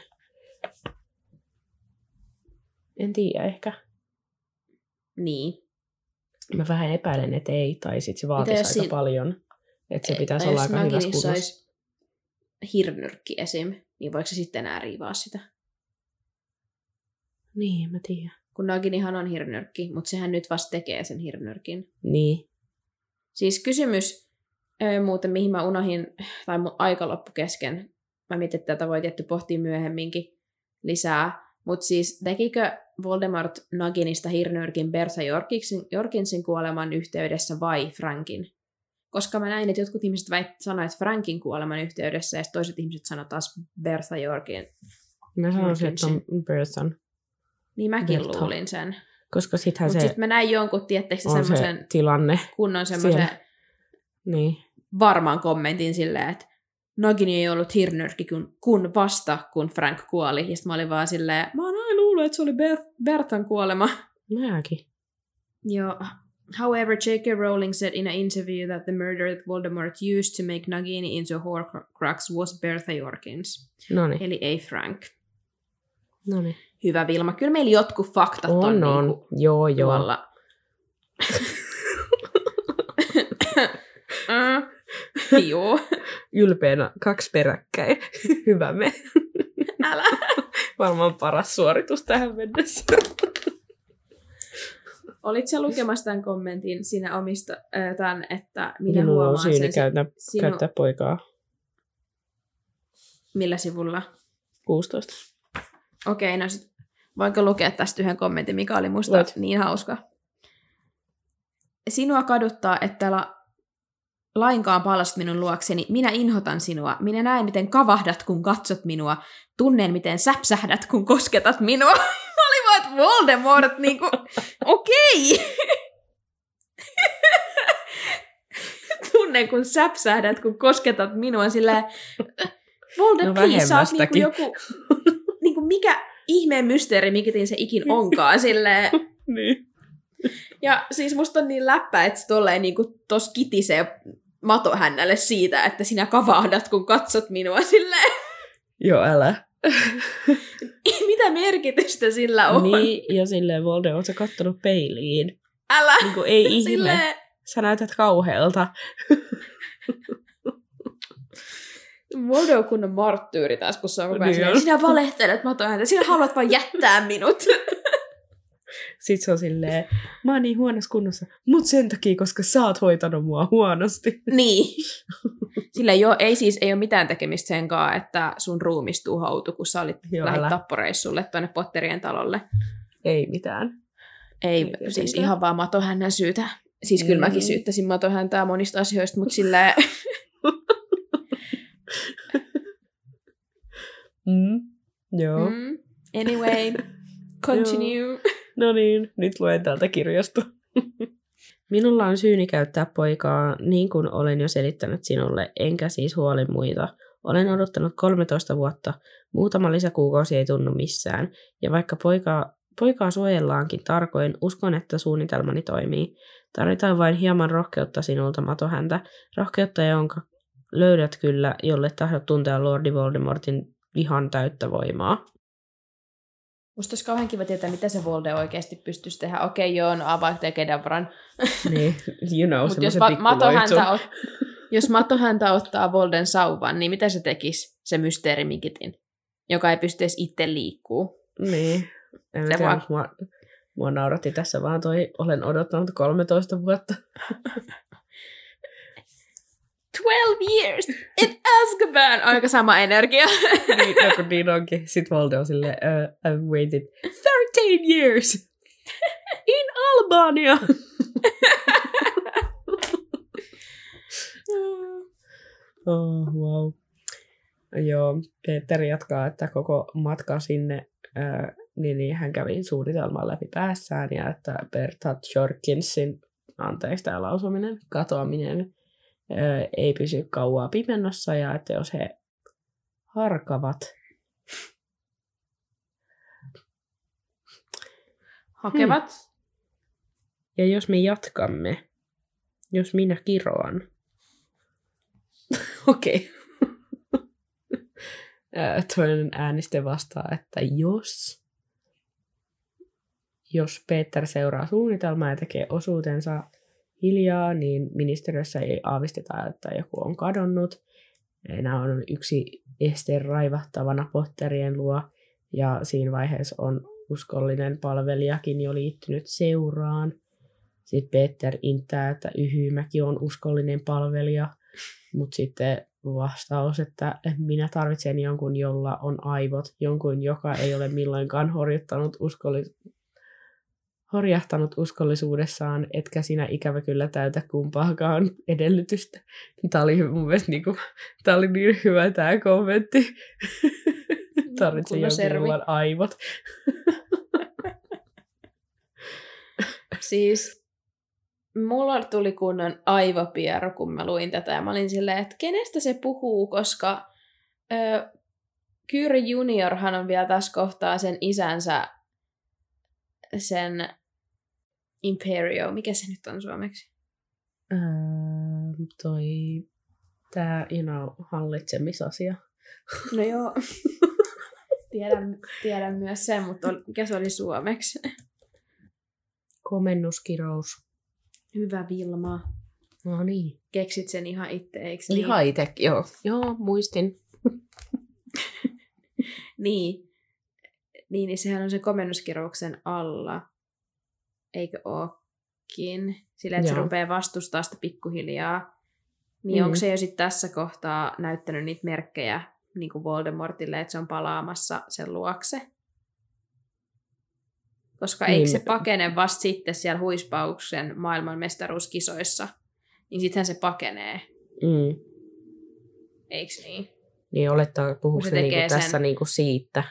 En tiedä ehkä. Niin. Mä vähän epäilen, että ei, tai sit se vaatisi aika siinä paljon. Että se pitäisi olla aika hyvässä kunnossa. Jos olisi hirnyrkki esim, niin voiko se sitten enää riivaa sitä? Niin, mä tiedän. Kun Naginihan on hirnyrkki, mutta sehän nyt vasta tekee sen hirnyrkin. Niin. Siis kysymys öö, muuten, mihin mä unohin, tai mun aika loppu kesken. Mä mietin, että tätä voi tietty pohtia myöhemminkin lisää. Mutta siis tekikö Voldemort Naginista hirnyrkin Bertha Jorkinsin kuoleman yhteydessä vai Frankin? Koska mä näin, että jotkut ihmiset sanoivat Frankin kuoleman yhteydessä, ja toiset ihmiset sanoivat taas Bertha Jorkin. Mä sanoisin, että on Berthan. Niin mäkin Bertha. Luulin sen. Koska sittenhän se sitten mä näin jonkun, tiettekö semmoisen se tilanne kunnon semmoisen niin. varmaan kommentin silleen, että Nagini ei ollut hirnyrkki kun, kun vasta, kun Frank kuoli. Ja sitten mä olin vaan silleen, mä oon aina luullut, että se oli Bert- Berthan kuolema. Mäkin. Joo. However, J K. Rowling said in an interview that the murder that Voldemort used to make Nagini into a Horcrux was Bertha Jorkins. Noniin. Eli ei Frank. Noniin. Hyvä Vilma. Kyllä meillä jotkut faktat on, on, on. Niinku joo, joo. tuolla. uh, joo. Ylpeänä kaksi peräkkäin. Hyvä me. Älä. Varmaan paras suoritus tähän mennessä. Olit sä lukemassa tämän kommentin sinä omista, äh, tämän, että minä Minulla huomaan on syyni sen. Käytä, sinu... käyttää poikaa. Millä sivulla? kuusitoista. Okei, no sit voinko lukea tästä yhden kommentin, mikä oli musta Voit. Niin hauska. Sinua kaduttaa, että la... lainkaan palast minun luokseni. Minä inhotan sinua. Minä näen, miten kavahdat, kun katsot minua. Tunnen, miten säpsähdät, kun kosketat minua. Mä olin vaan, että Voldemort, niinku, okei. Tunnen, kun säpsähdät, kun kosketat minua. Silleen, Voldemort, no please, sä oot niinku joku, niinku mikä ihmeen mysteeri, mikä se ikin onkaan. Silleen. Niin. Ja siis musta on niin läppä, että se tolleen niinku tos kitisee matohännälle siitä, että sinä kavahdat, kun katsot minua silleen. Joo, älä. Mitä merkitystä sillä on? Niin, ja silleen Voldemort, oot sä kattonut peiliin? Älä. Niin kuin, ei ihme. Silleen... Sä näytät kauhealta. Voldemort on kunnon marttyyri taas, kun se on koko ajan silleen, sinä valehtelet matohäntä, sinä haluat vaan jättää minut. Sitten se on silleen, mä oon niin huonossa kunnossa, mut sen takia, koska sä oot hoitanut mua huonosti. Niin. Silleen joo, ei siis ei ole mitään tekemistä sen kanssa, että sun ruumis tuhoutui, kun sä olit lähit tapporeissulle tuonne Potterien talolle. Ei mitään. Ei, ei siis mitään. Ihan vaan matohännän syytä. Siis mm. kyllä mäkin syyttäisin matohäntää monista asioista, mutta silleen... mm. Joo. Mm. Anyway, continue. No niin, nyt luen täältä kirjasta. Minulla on syyni käyttää poikaa, niin kuin olen jo selittänyt sinulle, enkä siis huoli muita. Olen odottanut kolmetoista vuotta, muutama lisäkuukausi ei tunnu missään, ja vaikka poika, Poikaa suojellaankin tarkoin. Uskon, että suunnitelmani toimii. Tarvitaan vain hieman rohkeutta sinulta, Matohäntä. Rohkeutta, jonka löydät kyllä, jolle tahdot tuntea Lordi Voldemortin vihan täyttä voimaa. Musta olisi kauhean kiva tietää, mitä se Volde oikeasti pystyisi tehdä. Okei, joo, no Avada Kedavran. Niin, you know, Mut jos, semmoisen Mato pikkuloitsun. häntä ot, jos Mato häntä ottaa Volden sauvan, niin mitä se tekisi, se mysteerimikitin, joka ei pysty edes itse liikkuu? Niin. En Se tiedä, vaan- mua, mua nauratti tässä vaan toi, olen odottanut kolmetoista vuotta. twelve years in Azkaban! Aika sama energia. niin, no, kun niin onkin. Sitten Volde on silleen, uh, I've waited thirteen years in Albania. oh, wow. Joo, Peter jatkaa, että koko matka sinne, ää, niin, niin hän kävi suunnitelman läpi päässään ja että Bertha Jorkinsin, anteeksi tämä lausuminen, katoaminen ää, ei pysy kauaa pimennossa ja että jos he harkavat Hakevat. ja jos me jatkamme, jos minä kiroan, okei. Toinen ääniste vastaa, että jos, jos Peter seuraa suunnitelmaa ja tekee osuutensa hiljaa, niin ministeriössä ei aavisteta, että joku on kadonnut. Enää on yksi este raivahtavana Potterien luo, ja siinä vaiheessa on uskollinen palvelijakin jo liittynyt seuraan. Sitten Peter intää, että Yhymäki on uskollinen palvelija, mutta sitten vastaus, että minä tarvitsen jonkun, jolla on aivot, jonkun, joka ei ole milloinkaan horjuttanut uskollis- horjahtanut uskollisuudessaan, etkä sinä ikävä kyllä täytä kumpaakaan edellytystä. Tämä oli mun mielestä niinku, tämä oli niin hyvä tämä kommentti. Tarvitsen Kunnon jonkun, servi. jolla on aivot. Siis mulla tuli kunnon aivopieru, kun mä luin tätä. Ja mä olin silleen, että kenestä se puhuu, koska ö, Kyre Juniorhan on vielä tässä kohtaa sen isänsä, sen Imperio. Mikä se nyt on suomeksi? Öö, toi, tää, you know, hallitsemisasia. No joo, tiedän, tiedän myös sen, mutta ol- mikä se oli suomeksi? Komennuskirous. Hyvä Vilma. No niin. Keksit sen ihan itse, eikö niin? Ihan itse, joo. Joo, muistin. Niin. Niin, niin sehän on se komennuskirjouksen alla. Eikö ookin? Sillä, että se Joo. rupeaa vastustaa sitä pikkuhiljaa. Niin Mm. onko se jo sitten tässä kohtaa näyttänyt niitä merkkejä niin kuin Voldemortille, että se on palaamassa sen luokse? Koska Niin. eikö se pakene vasta sitten siellä huispauksen maailmanmestaruuskisoissa? Niin sittenhän se pakenee. Mm. Eikö niin? Niin olettaa, puhuuko Kun se se niinku tekee tässä sen- niinku siitä.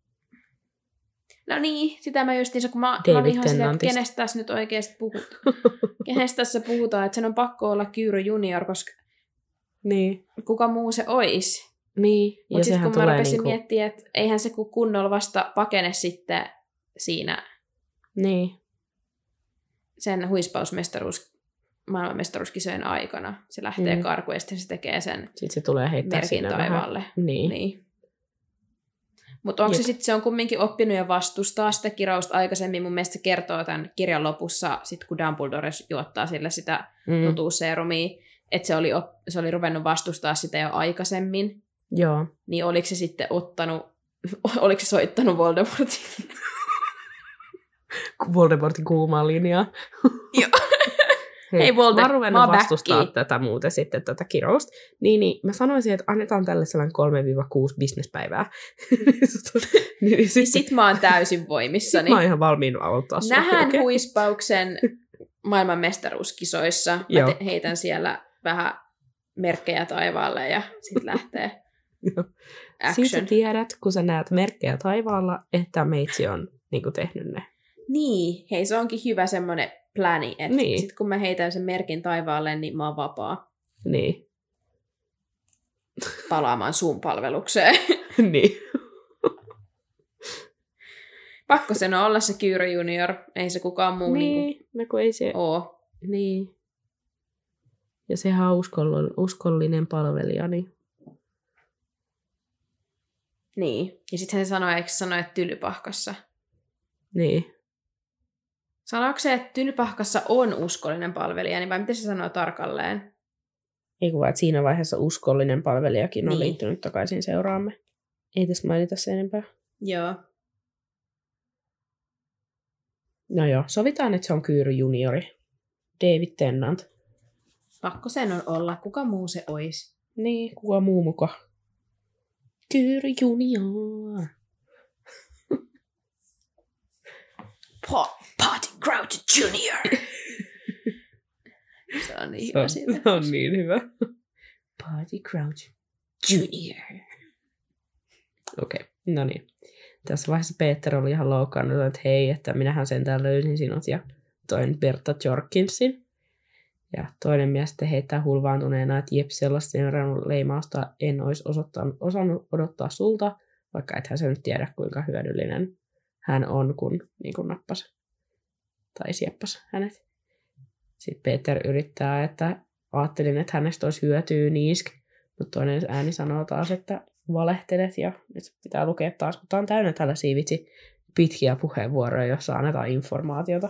No niin, sitä mä justiinsa, kun mä, mä David olin ihan silleen, että Tennantista. kenestä tässä nyt oikeasti puhutaan. Kenestä tässä puhutaan, että sen on pakko olla Kyro Junior, koska Niin. kuka muu se ois. Niin. Ja Mutta sitten sehän kun mä tulee rupesin niinku... miettimään, että eihän se kun kunnolla vasta pakene sitten siinä Niin. sen huispausmestaruus, maailmanmestaruuskisojen aikana. Se lähtee Mm. karkuun ja sitten se tekee sen Sitten se tulee heittää merkin siinä taivaalle. vähän. Niin. Niin. Mutta onko se Jep. sitten, se on kumminkin oppinut ja vastustaa sitä kirausta aikaisemmin. Mun mielestä se kertoo tämän kirjan lopussa, sit kun Dumbledore juottaa sille sitä Mm. totuusseerumia, että se oli, op, se oli ruvennut vastustaa sitä jo aikaisemmin. Joo. Niin oliko se sitten ottanut, oliko se soittanut Voldemortille? Voldemortin kuumaa linjaa. Joo. Hei, Hei, Volde, mä oon ruvennut mä oon vastustaa backi. tätä muuten sitten, tätä kirousta. Niin, niin mä sanoisin, että annetaan tälle sellainen kolme kuusi bisnespäivää. niin, Niin sitten sit mä oon täysin voimissani. mä oon ihan valmiin auttaa sua. Nähdään Okei. huispauksen maailmanmestaruuskisoissa. Mä Joo. te- heitän siellä vähän merkkejä taivaalle ja sit lähtee Joo. Siitä sä action. tiedät, kun sä näet merkkejä taivaalla, että meitsi on niin kuin tehnyt ne. Niin, hei se onkin hyvä semmonen pläni, että Niin. sit kun mä heitän sen merkin taivaalle, niin mä oon vapaa Niin. palaamaan sun palvelukseen. niin. Pakko sen on olla se Kyro Junior. Ei se kukaan muu niin, niinku no kun ei se... oo. Niin. Ja sehän on uskollinen, uskollinen palvelija, niin... Niin. Ja sitten se sanoi, eikö se sano, että Tylypahkassa? Niin. Sanoiko se, että Tylypahkassa on uskollinen palvelija, niin vai miten se sanoo tarkalleen? Ei kun vaan, että siinä vaiheessa uskollinen palvelijakin on Niin. liittynyt takaisin seuraamme. Ei tässä mainita sen enempää. Joo. No joo, sovitaan, että se on Kyro Juniori. David Tennant. Pakko sen on olla. Kuka muu se ois? Niin, kuka muu muka? Kyro Junior. Pa- Party Crouch Junior. Se on niin hyvä sille. Se on niin hyvä. Party Crouch Junior. Okei, okay, no niin. Tässä vaiheessa Peter oli ihan loukkaannut, että hei, että minähän sentään löysin sinut ja toin Berta Jorkinsin. Ja toinen mies sitten heittää hulvaantuneena, että jep, sellaista leimausta en olisi osannut odottaa sulta, vaikka ethän se nyt tiedä, kuinka hyödyllinen hän on, kun niin kuin nappasi tai sieppasi hänet. Sitten Peter yrittää, että ajattelin, että hänestä olisi hyötyä niisk, mutta toinen ääni sanoo taas, että valehtelet ja nyt pitää lukea taas, kun tämä on täynnä tällaisia vitsi pitkiä puheenvuoroja, joissa annetaan informaatiota.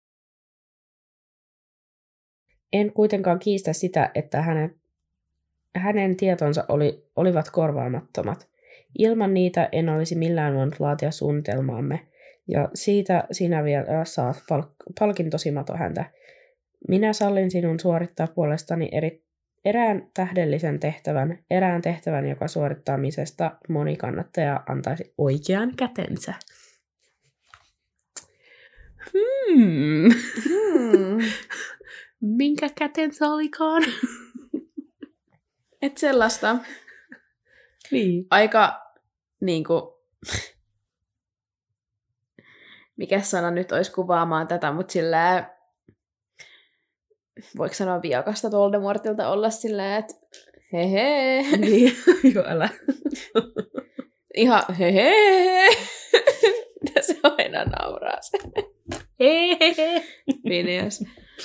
En kuitenkaan kiistä sitä, että hänen, hänen tietonsa oli, olivat korvaamattomat. Ilman niitä en olisi millään voinut laatia suunnitelmaamme, ja siitä sinä vielä saat palk- palkintosi Mato häntä. Minä sallin sinun suorittaa puolestani eri, erään tähdellisen tehtävän, erään tehtävän, joka suorittamisesta moni kannattaja antaisi oikean kätensä. Hmm. Hmm. Minkä käten se olikaan? Et sellaista. Niin. Aika niinku... Mikä sana nyt olisi kuvaamaan tätä, mutta sillä voiko sanoa viakasta Voldemortilta olla silleen, että hehe. Niin, joo, älä. Ihan hehe. Mitä se aina nauraa se? Hehehe. Phineas.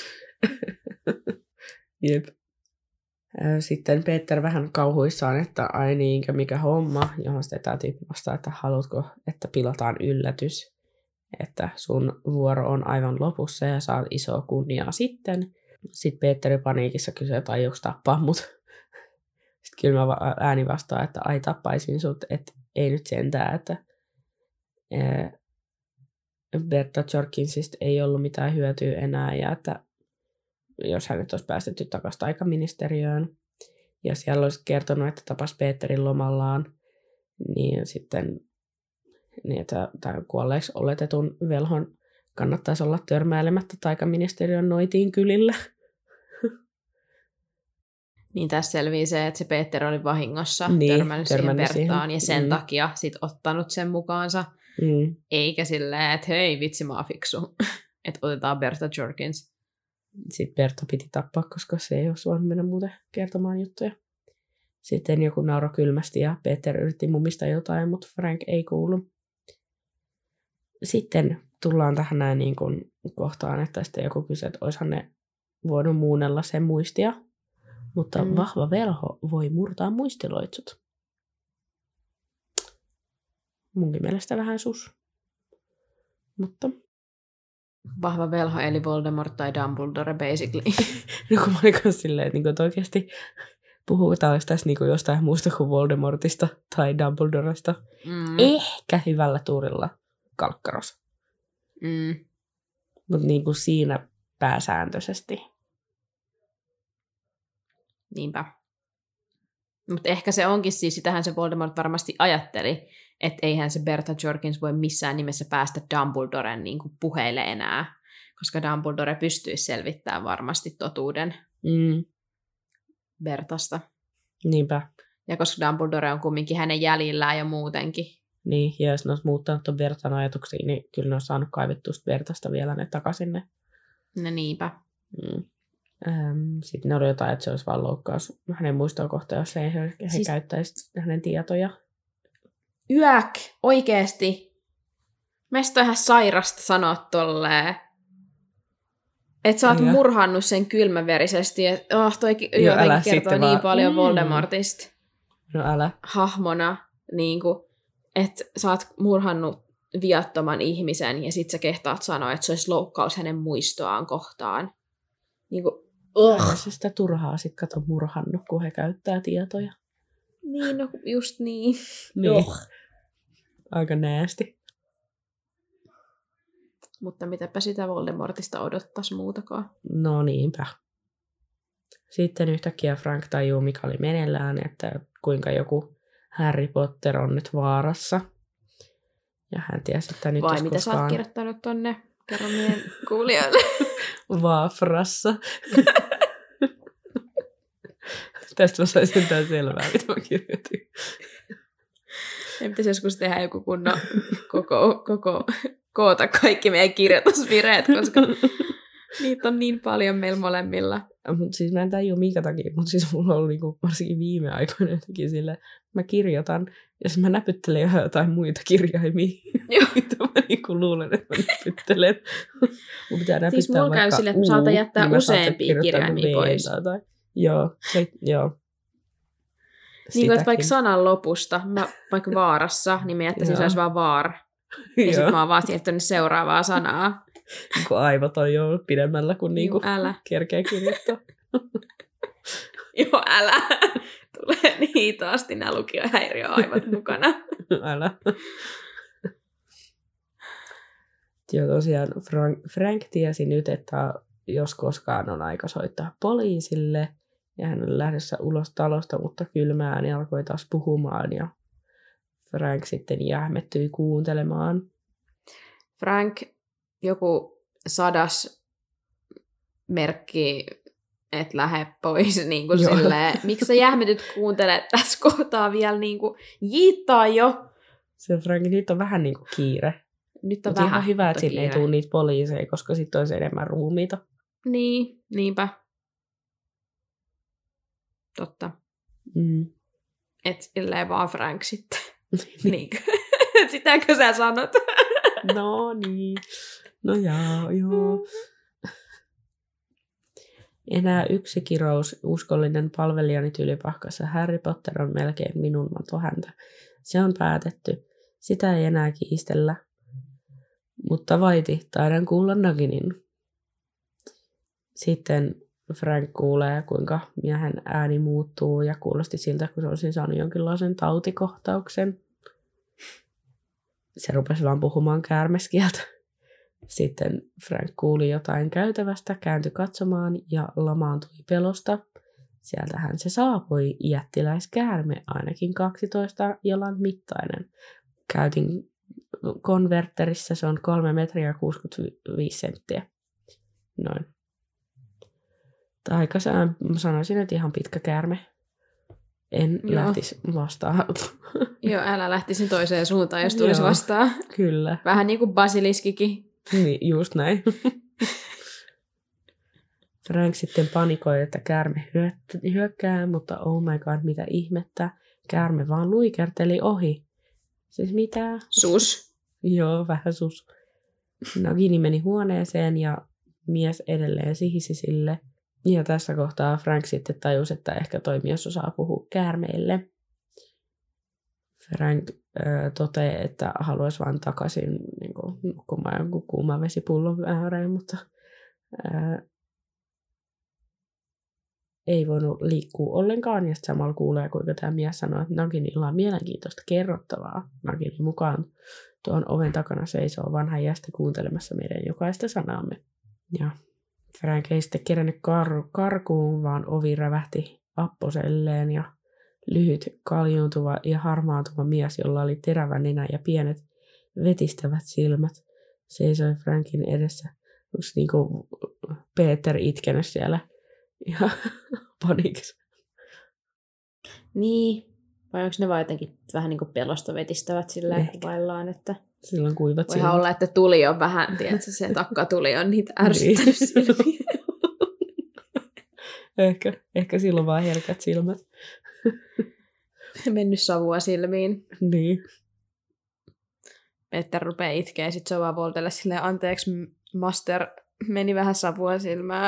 Jep. Sitten Peter vähän kauhuissaan, että ai niinkö mikä homma, johon sitten tämä tyyppi vastaa, että haluatko, että pilataan yllätys, että sun vuoro on aivan lopussa ja saat isoa kunniaa sitten. Sitten Peter paniikissa kysyy, että aioks tappaa mut. Sitten kylmä ääni vastaa, että ai tappaisin sut, että ei nyt sentään, että Berta Jorkinsista ei ollut mitään hyötyä enää ja että jos hänet olisi päästetty takaisin taikaministeriöön ja siellä olisi kertonut, että tapas Peterin lomallaan, niin sitten niin että tämän kuolleeksi oletetun velhon kannattaisi olla törmäilemättä taikaministeriön noitiin kylillä. Niin tässä selvii se, että se Peter oli vahingossa niin, törmännyt siihen Bertaan ja sen mm. takia sit ottanut sen mukaansa. Mm. Eikä silleen, että hei vitsi mä oon fiksu, että otetaan Berta Jorkins. Sitten Berta piti tappaa, koska se ei olisi voinut mennä muuten kertomaan juttuja. Sitten joku nauro kylmästi ja Peter yritti mumista jotain, mutta Frank ei kuulu. Sitten tullaan tähän näin niin kuin kohtaan, että sitten joku kysyy, että olisihan ne voinut muunnella sen muistia. Mutta mm. vahva velho voi murtaa muistiloitsut. Munkin mielestä vähän sus. Mutta... Vahva velho eli Voldemort tai Dumbledore basically. No kun mä olin kanssa silleen, että, niin että oikeasti puhutaan tässä niin jostain muusta kuin Voldemortista tai Dumbledoresta. Mm. Ehkä hyvällä tuurilla Kalkkaros. Mm. Mutta niin kuin siinä pääsääntöisesti. Niinpä. Mutta ehkä se onkin siis, sitähän se Voldemort varmasti ajatteli, että eihän se Berta Jorkins voi missään nimessä päästä Dumbledoren niin kuin puheille enää, koska Dumbledore pystyisi selvittämään varmasti totuuden mm. Bertasta. Niinpä. Ja koska Dumbledore on kumminkin hänen jäljillään ja muutenkin. Niin, ja jos ne olisi muuttanut tuon Bertan ajatuksiin, niin kyllä ne olisi saanut kaivettua Bertasta vielä ne takaisin ne. No niinpä. Mm. Ähm, sitten ne oli jotain, että se olisi vaan loukkaus hänen muistoa kohtaan, jos ei he, he siis... käyttäisi hänen tietoja. Yäk, oikeesti. Meistä on ihan sairasta sanoa tolleen. Että sä oot Ja. murhannut sen kylmäverisesti. Että oh, toi Joo, jotenkin älä kertoo sitten niin vaan, paljon mm. Voldemortista No älä. hahmona. Niin kuin, että sä oot murhannut viattoman ihmisen ja sit sä kehtaat sanoa, että se olisi loukkaus hänen muistoaan kohtaan. Niin kuin, Älä se sitä turhaa sit kato murhannut, kun he käyttää tietoja. Niin, no just niin. Niin. Aika näästi. Mutta mitäpä sitä Voldemortista odottaisi muutakaan. No niinpä. Sitten yhtäkkiä Frank tajuu, mikä oli meneillään, että kuinka joku Harry Potter on nyt vaarassa. Ja hän tiesi, että nyt Vai jos mitä sä oot koskaan kirjoittanut tonne? Kerro meidän kuulijoille. Vaafrassa. Tästä mä saisin jotain selvää, mitä mä kirjoitin. Ei pitäisi joskus tehdä joku kunnon koko, koko, koota kaikki meidän kirjoitusvireet, koska niitä on niin paljon meillä molemmilla. Mutta siis mä en tajua minkä takia, mutta siis mulla on ollut niinku, varsinkin viime aikoina jotenkin silleen, mä kirjoitan ja sitten mä näpyttelen ihan jotain muita kirjaimia. Joo. Mitä mä niinku luulen, että mä näpyttelen. Mun pitää näpyttää Siis mulla käy vaikka silleen, että U, saatan jättää niin mä saatan useampia kirjoittaa kirjaimia V pois. tai jotain. Joo, se, joo. Niin kuin, että vaikka Sitäkin. sanan lopusta, mä, vaikka vaarassa, niin mä jättäisin, Joo. se olisi vaan vaar. Ja Joo. sitten mä oon vaan siirtynyt seuraavaa sanaa. Kun aivot on jo pidemmällä kuin niinku Juu, älä. kerkeä kirjoittaa. Joo, älä. Tulee niin hitaasti nämä lukiohäiriöaivot mukana. Älä. Joo, tosiaan Frank, Frank tiesi nyt, että jos koskaan on aika soittaa poliisille. Ja hän on lähdössä ulos talosta, mutta kylmä ääni alkoi taas puhumaan. Ja Frank sitten jähmettyi kuuntelemaan. Frank, joku sadas merkki, että lähde pois, niin kuin Joo. silleen, miksi sä jähmetyt kuuntelet tässä kohtaa vielä, niin kuin, jiittaa jo. Se Frank, nyt on vähän niin kuin kiire. Nyt on Mutta vähän ihan hyvä, että mutta sinne ei kiire. tule niitä poliiseja, koska sitten olisi enemmän ruumiita. Niin, niinpä. Totta. Mm. Et silleen vaan Frank sitten. niin. Sitäkö sä sanot? No niin. No jaa, joo. Enää yksi kirous, uskollinen paljelijani Tylypahkassa. Harry Potter on melkein minun matohäntä. Se on päätetty. Sitä ei enää kiistellä. Mutta vaiti, taidan kuulla Naginin. Sitten Frank kuulee, kuinka miehen ääni muuttuu ja kuulosti siltä, kun se olisi saanut jonkinlaisen tautikohtauksen. Se rupesi vaan puhumaan käärmeskieltä. Sitten Frank kuuli jotain käytävästä, kääntyi katsomaan ja lamaantui pelosta. Sieltähän se saapui jättiläiskäärme, ainakin kaksitoista jalan mittainen. Käytin konverterissä, se on kolme metriä kuusikymmentäviisi senttiä. Noin. Taikasään sanoisin, että ihan pitkä käärme. En Joo. lähtisi vastaan. Joo, älä lähtisin toiseen suuntaan, jos tulisi Joo. vastaan. Kyllä. Vähän niin kuin basiliskikin. Niin, just näin. Frank sitten panikoi, että käärme hyö- hyökkää, mutta oh my god, mitä ihmettä. Käärme vaan luikerteli ohi. Siis mitä? Sus. Joo, vähän sus. Nagini meni huoneeseen ja mies edelleen sihisi sille. Ja tässä kohtaa Frank sitten tajusi, että ehkä toi mies osaa puhua käärmeille. Frank äh, toteaa, että haluaisi vaan takaisin niin kuin, nukkumaan jonkun kuuman vesipullon ääreen, mutta äh, ei voinut liikkua ollenkaan. Ja sitten samalla kuulee, kuinka tämä mies sanoo, että Naginilla on mielenkiintoista kerrottavaa. Naginin mukaan tuon oven takana seisoo vanha jästä kuuntelemassa meidän jokaista sanaamme. Ja Frank ei sitten kerännyt kar- karkuun, vaan ovi rävähti apposelleen ja lyhyt, kaljuuntuva ja harmaantuva mies, jolla oli terävä nenä ja pienet vetistävät silmät, seisoi Frankin edessä. Onko niinku Peter itkenyt siellä ihan paniikissa? Niin. Vai onko ne vaan jotenkin vähän niin kuin pelosta vetistävät sillä Ehkä. kuvaillaan, että Silloin kuivat voihan olla, että tuli on vähän, tiedätkö, se takkatuli on niitä Niin. ärsyttänyt silmiä. ehkä, ehkä silloin vaan herkät silmät. Mennyt savua silmiin. Niin. Peter rupeaa itkeä ja sitten se on vaan Voltelle silleen, anteeksi master, meni vähän savua silmään.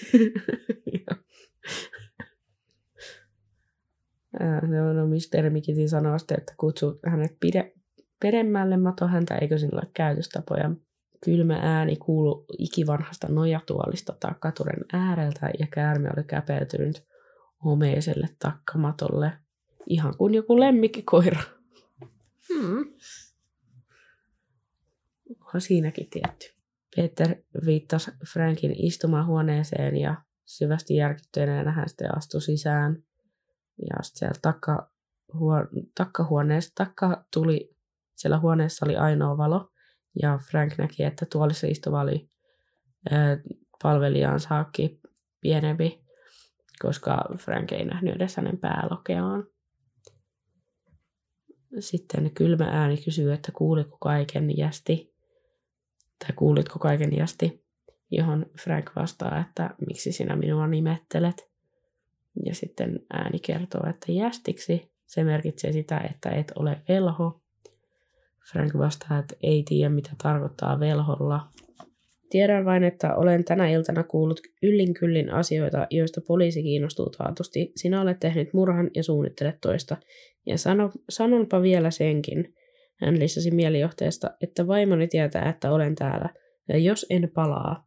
No, no misteri Mikiti sanoo sitten, että kutsuu hänet pide, peremmälle matohäntä, eikö sinulla ole käytöstapoja. Kylmä ääni kuului ikivanhasta nojatuolista takkaturen ääreltä ja käärme oli käpeytynyt homeiselle takkamatolle, ihan kuin joku lemmikkikoira. Hmm. Onhan siinäkin tietty. Peter viittasi Frankin istumahuoneeseen ja syvästi järkyttyneenä hän sitten astui sisään. Ja sitten siellä takkahuone- takkahuoneessa takka tuli, siellä huoneessa oli ainoa valo. Ja Frank näki, että tuolissa istuva oli ää, palvelijaansa hakki pienempi, koska Frank ei nähnyt edes hänen päälokeaan. Sitten kylmä ääni kysyy, että kuulitko kaiken jästi, tai kuulitko kaiken jästi, johon Frank vastaa, että miksi sinä minua nimettelet. Ja sitten ääni kertoo, että jästiksi se merkitsee sitä, että et ole velho. Frank vastaa, että ei tiedä, mitä tarkoittaa velholla. Tiedän vain, että olen tänä iltana kuullut yllin kyllin asioita, joista poliisi kiinnostuu taatusti. Sinä olet tehnyt murhan ja suunnittelet toista. Ja sano, sanonpa vielä senkin, hän lisäsi mielijohteesta, että vaimoni tietää, että olen täällä. Ja jos en palaa.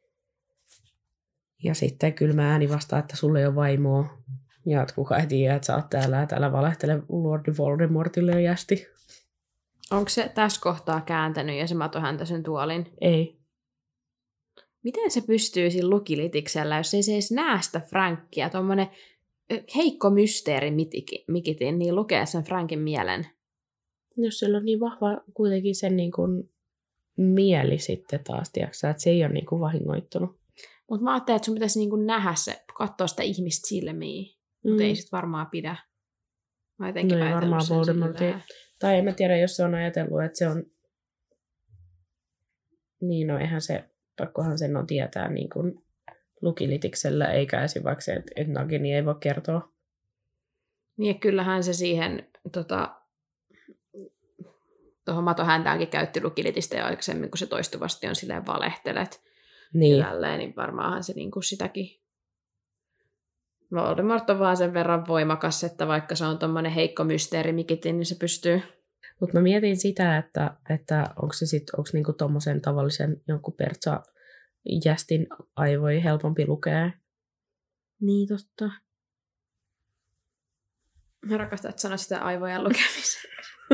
Ja sitten kylmä ääni vastaa, että sulle ei ole vaimoa. Ja että kuka ei tiedä, että sä oot täällä ja täällä valehtele Lordi Voldemortille ja jästi. Onko se tässä kohtaa kääntänyt ja se mato häntä sen tuolin? Ei. Miten se pystyy sillä lukilitiksellä, jos ei se edes näe sitä Frankia? Tuommoinen heikko mysteeri mikitin, niin lukee sen Frankin mielen. Jos sillä on niin vahva kuitenkin sen niin kuin mieli sitten taas, tiiäksä, että se ei ole niin kuin vahingoittunut. Mutta mä ajattelin, että sun pitäisi niin kuin nähdä se, katsoa sitä ihmistä silmiin. Mm. Mutta ei sit varmaan pidä. Mä jotenkin no ei varmaan Voldemortin. Tai en mä tiedä, jos se on ajatellut, että se on... Niin, no eihän se, pakkohan sen on tietää niin kuin lukilitiksellä, eikä esim. Vaikka se, että et Nagini ei voi kertoa. Niin, ja kyllähän se siihen tota, tuohon matohäntäänkin käytti lukilitistä jo aikaisemmin, kun se toistuvasti on silleen valehtelet. Niin. Ja tälleen, niin varmaanhan se niin kuin sitäkin... Voldemort on vaan sen verran voimakas, että vaikka se on tommonen heikko mysteeri mikitin, niin se pystyy... Mutta mä mietin sitä, että, että onko se sitten niinku tommosen tavallisen jonkun pertsa jästin aivoja helpompi lukea. Niin totta. Mä rakastan, että sanoit sitä aivojen lukemisen.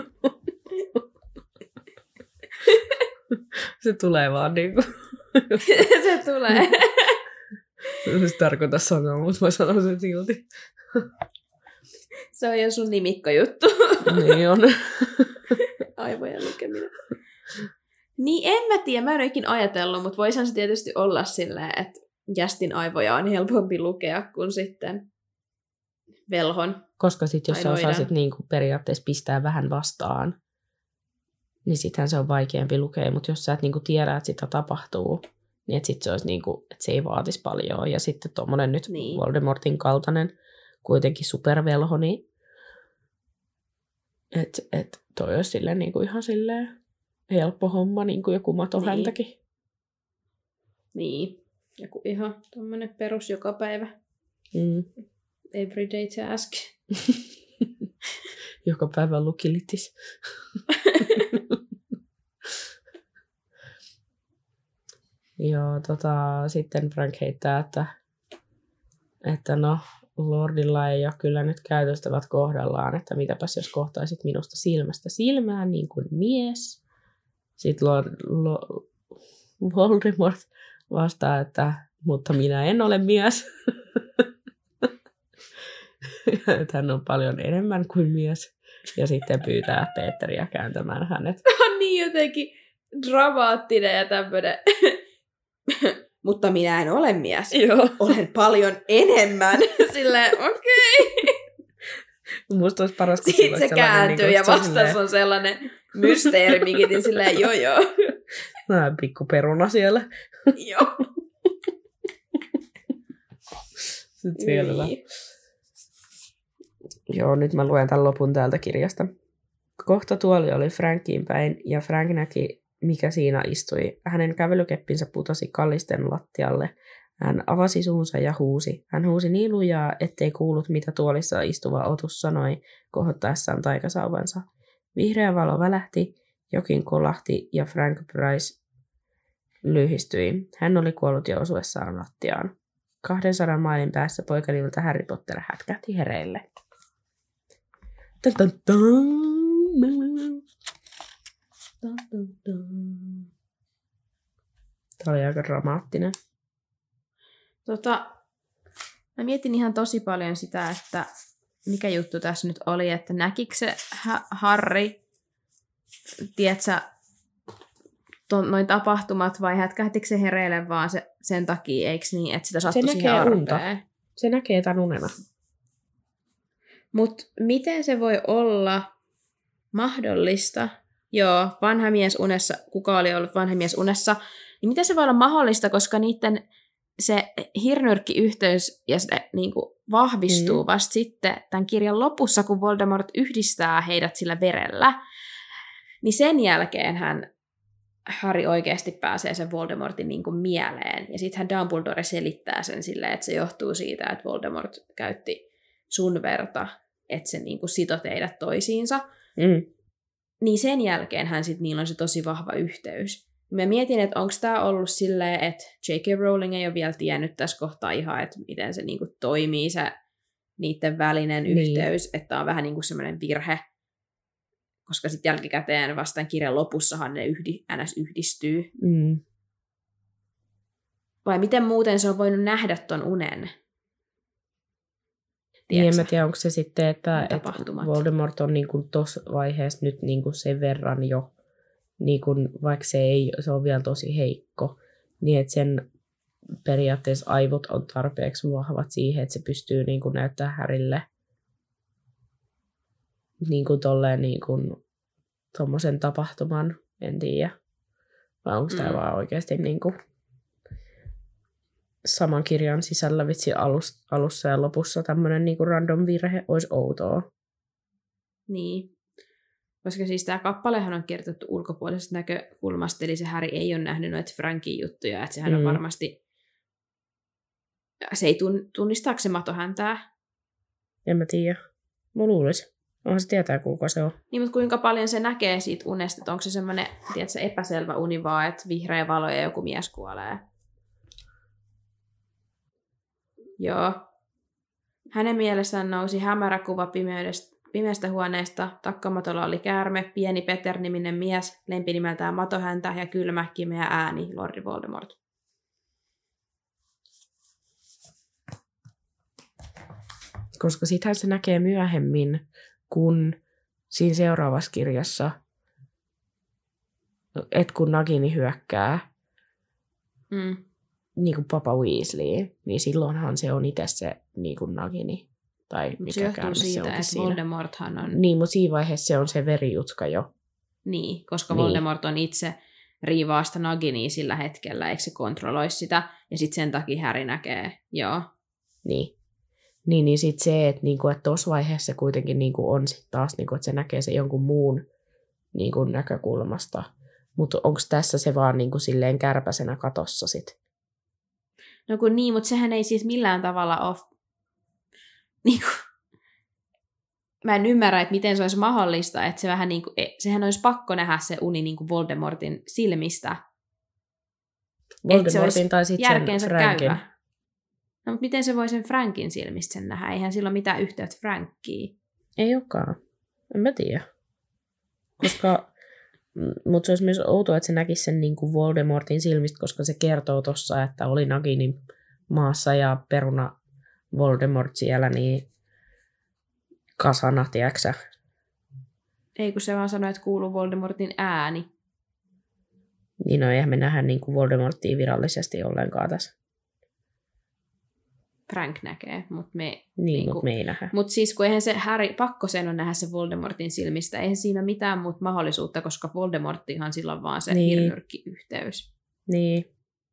Se tulee vaan niinku. Se tulee. Se tarkoita sanoa, mutta mä sanon sen silti. Se on jo sun nimikkojuttu. Niin on. Aivojen lukeminen. Niin en mä tiedä, mä en ole ikin ajatellut, mutta voisihan se tietysti olla silleen, että jästin aivoja on helpompi lukea kuin sitten velhon. Koska sitten jos sä osaisit niinku periaatteessa pistää vähän vastaan, niin sittenhän se on vaikeampi lukea, mutta jos sä et niinku tiedä, että sitä tapahtuu, niin että sitten se olisi niinku, että se ei vaatisi paljon. Ja sitten tuommoinen nyt niin. Voldemortin kaltainen kuitenkin supervelho, niin että et toi olisi silleen niinku ihan silleen helppo homma, niin kuin joku mato niin. häntäkin. Niin. Joku ihan tuommoinen perus joka päivä. Mm. Everyday task. joka päivä lukilitis. Joo, tota, sitten Frank heittää, että, että no, Lordilla ei ole kyllä nyt käytöstävät kohdallaan, että mitäpäs jos kohtaisit minusta silmästä silmään niin kuin mies. Sitten Lord, Lord, Voldemort vastaa, että mutta minä en ole mies. Että hän on paljon enemmän kuin mies. Ja sitten pyytää Peteriä kääntämään hänet. On niin jotenkin dramaattinen ja tämmöinen. Mutta minä en ole mies. Joo. Olen paljon enemmän. Silleen, okei. Okay. Musta olisi paras, kun sitten se kääntyy niin ja vastaus on sellainen mysteeri, mikitin silleen, joo joo. Nää pikku peruna siellä. Joo. Sitten selvä. Joo, nyt mä luen tämän lopun täältä kirjasta. Kohta tuoli oli Frankiin päin ja Frank näki, mikä siinä istui. Hänen kävelykeppinsä putosi kallisten lattialle. Hän avasi suunsa ja huusi. Hän huusi niin lujaa, ettei kuullut, mitä tuolissa istuva Otus sanoi kohottaessaan taikasauvansa. Vihreä valo välähti, jokin kolahti ja Frank Bryce lyhistyi. Hän oli kuollut jo osuessaan lattiaan. kahdensadan mailin päässä poika nimeltä Harry Potter hätkähti hereille. Tämä oli aika dramaattinen. Tota, mä mietin ihan tosi paljon sitä, että mikä juttu tässä nyt oli, että näkikö se ha- Harry, tiedätkö, ton, noin tapahtumat vai hätkähtikö se hereille vaan se, sen takia, eikö niin, että sitä sattui siihen arpeen? Se näkee tämän unena. Mutta miten se voi olla mahdollista, joo, vanha mies unessa, kuka oli ollut vanha mies unessa, niin miten se voi olla mahdollista, koska niiden se hirnyrkkiyhteys ja se, niin kuin, vahvistuu mm. vasta sitten tämän kirjan lopussa, kun Voldemort yhdistää heidät sillä verellä, niin sen jälkeen hän Harry oikeasti pääsee sen Voldemortin niin kuin mieleen. Ja sittenhän Dumbledore selittää sen silleen, että se johtuu siitä, että Voldemort käytti sun verta, että se niin kuin sitoi teidät toisiinsa. Mm. Niin sen jälkeen hän sit, niillä on se tosi vahva yhteys. Mä mietin, että onko tämä ollut silleen, että J K. Rowling ei ole vielä tiennyt tässä kohtaa ihan, että miten se niin kuin toimii se niiden välinen niin. yhteys, että tämä on vähän niin kuin semmoinen virhe, koska sitten jälkikäteen vasta kirjan lopussahan ne yhdi, ns. Yhdistyy. Mm. Vai miten muuten se on voinut nähdä ton unen? Niin en mä tiedä, onko se sitten, että, että Voldemort on niin tuossa vaiheessa nyt niin kuin sen verran jo, niin kuin, vaikka se, ei, se on vielä tosi heikko, niin että sen periaatteessa aivot on tarpeeksi vahvat siihen, että se pystyy niin kuin näyttämään Harrylle niin kuin tolleen niin kuin tommosen tapahtuman, en tiedä. Vai onko tämä mm. vaan oikeasti niin kuin saman kirjan sisällä vitsi alus, alussa ja lopussa tämmöinen niin kuin random virhe olisi outoa. Niin. Koska siis tämä kappalehan on kirjoitettu ulkopuolisesta näkökulmasta, eli se Harry ei ole nähnyt noita Frankin juttuja, että sehän mm. on varmasti, se ei tun, tunnistaako se mato häntää? En mä tiedä. Mä luulisin. Onhan se tietää, kuka se on. Niin, mutta kuinka paljon se näkee siitä unesta, että onko se semmoinen, tiedätkö, epäselvä uni vaan, että vihreä valo ja joku mies kuolee. Joo. Hänen mielessään nousi hämärä kuva pimeydestä, pimeästä huoneesta. Takkamatolla oli käärme, pieni Peter-niminen mies, lempinimeltään Matohäntä ja kylmä, kimeä ääni, Lordi Voldemort. Koska sitähän se näkee myöhemmin, kun siinä seuraavassa kirjassa, että kun Nagini hyökkää mm. niin kuin Papa Weasley, niin silloinhan se on itse se niin kuin Nagini. Tai mikä se johtuu siitä, se että siinä. Voldemorthan on... Niin, mutta siinä vaiheessa se on se verijutska jo. Niin, koska niin. Voldemort on itse riivaasta Naginia sillä hetkellä, eikö se kontrolloi sitä, ja sitten sen takia Harry näkee, joo. Niin. Niin, niin sitten se, että niinku, et tuossa vaiheessa se kuitenkin niinku on sitten taas, niinku, että se näkee se jonkun muun niinku, näkökulmasta. Mutta onko tässä se vaan niinku, silleen kärpäsenä katossa sitten? No kun niin, mutta sehän ei siis millään tavalla ole... Niinku... Mä en ymmärrä, että miten se olisi mahdollista, että se vähän niinku... Sehän olisi pakko nähdä se uni niinku Voldemortin silmistä. Voldemortin tai sitten sen Frankin. Käyvä. No, mutta miten se voi sen Frankin silmistä sen nähdä? Eihän sillä ole mitään yhteyttä Frankkiin. Ei olekaan. En mä tiedä. Koska, mutta se olisi myös outoa, että se näkisi sen niin kuin Voldemortin silmistä, koska se kertoo tuossa, että oli Nagini maassa ja peruna Voldemort siellä, niin kasana, tiedäksä? Ei, kun se vaan sanoi, että kuuluu Voldemortin ääni. Niin no, eihän me nähdä niin kuin Voldemorttia virallisesti ollenkaan tässä. Frank näkee, mutta me, niin, niin mutta me ei nähdä. Mutta siis kun eihän se Harry, pakko sen on nähdä se Voldemortin silmistä, eihän siinä mitään muuta mahdollisuutta, koska Voldemorttihan silloin vaan se niin. hirnyrkkiyhteys. Niin.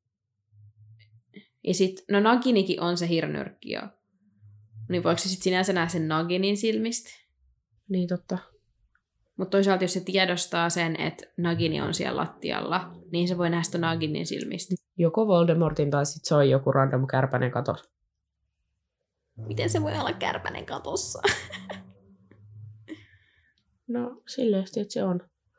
Ja sit, no Naginikin on se hirnyrkki jo. Niin voiko se sitten sinänsä nähdä sen Naginin silmistä? Niin totta. Mutta toisaalta jos se tiedostaa sen, että Nagini on siellä lattialla, niin se voi nähdä sitä Naginin silmistä. Joko Voldemortin tai sitten se on joku random kärpänen katos. Miten se voi olla kärpänen katossa? No, silleen, että se on.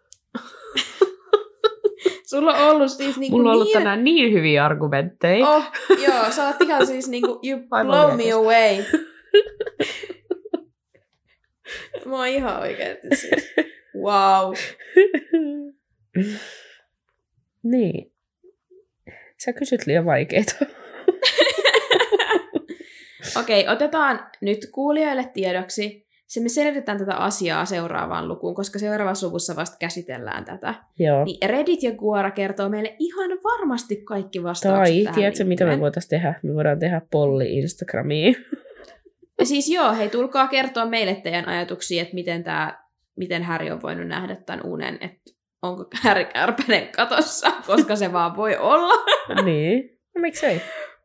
Sulla on ollut siis niinku Mulla on ollut niin... tänään niin hyviä argumentteja. Oh, joo, sä oot ihan siis niinku, you blow me away. Mä oon ihan oikeesti siis. Wow. Niin. Sä kysyt liian vaikeita. Okei, okay, otetaan nyt kuulijoille tiedoksi. Se me selvitetään tätä asiaa seuraavaan lukuun, koska seuraavassa luvussa vasta käsitellään tätä. Joo. Niin Reddit ja Quora kertoo meille ihan varmasti kaikki vastaukset Tai, tähän tiedätkö mitä me voitaisiin tehdä? Me voidaan tehdä polli Instagramiin. Ja siis joo, hei, tulkaa kertoa meille teidän ajatuksia, että miten, tää, miten Harry on voinut nähdä tämän unen, että onko Harry kärpänen katossa, koska se vaan voi olla. Niin, no miksei?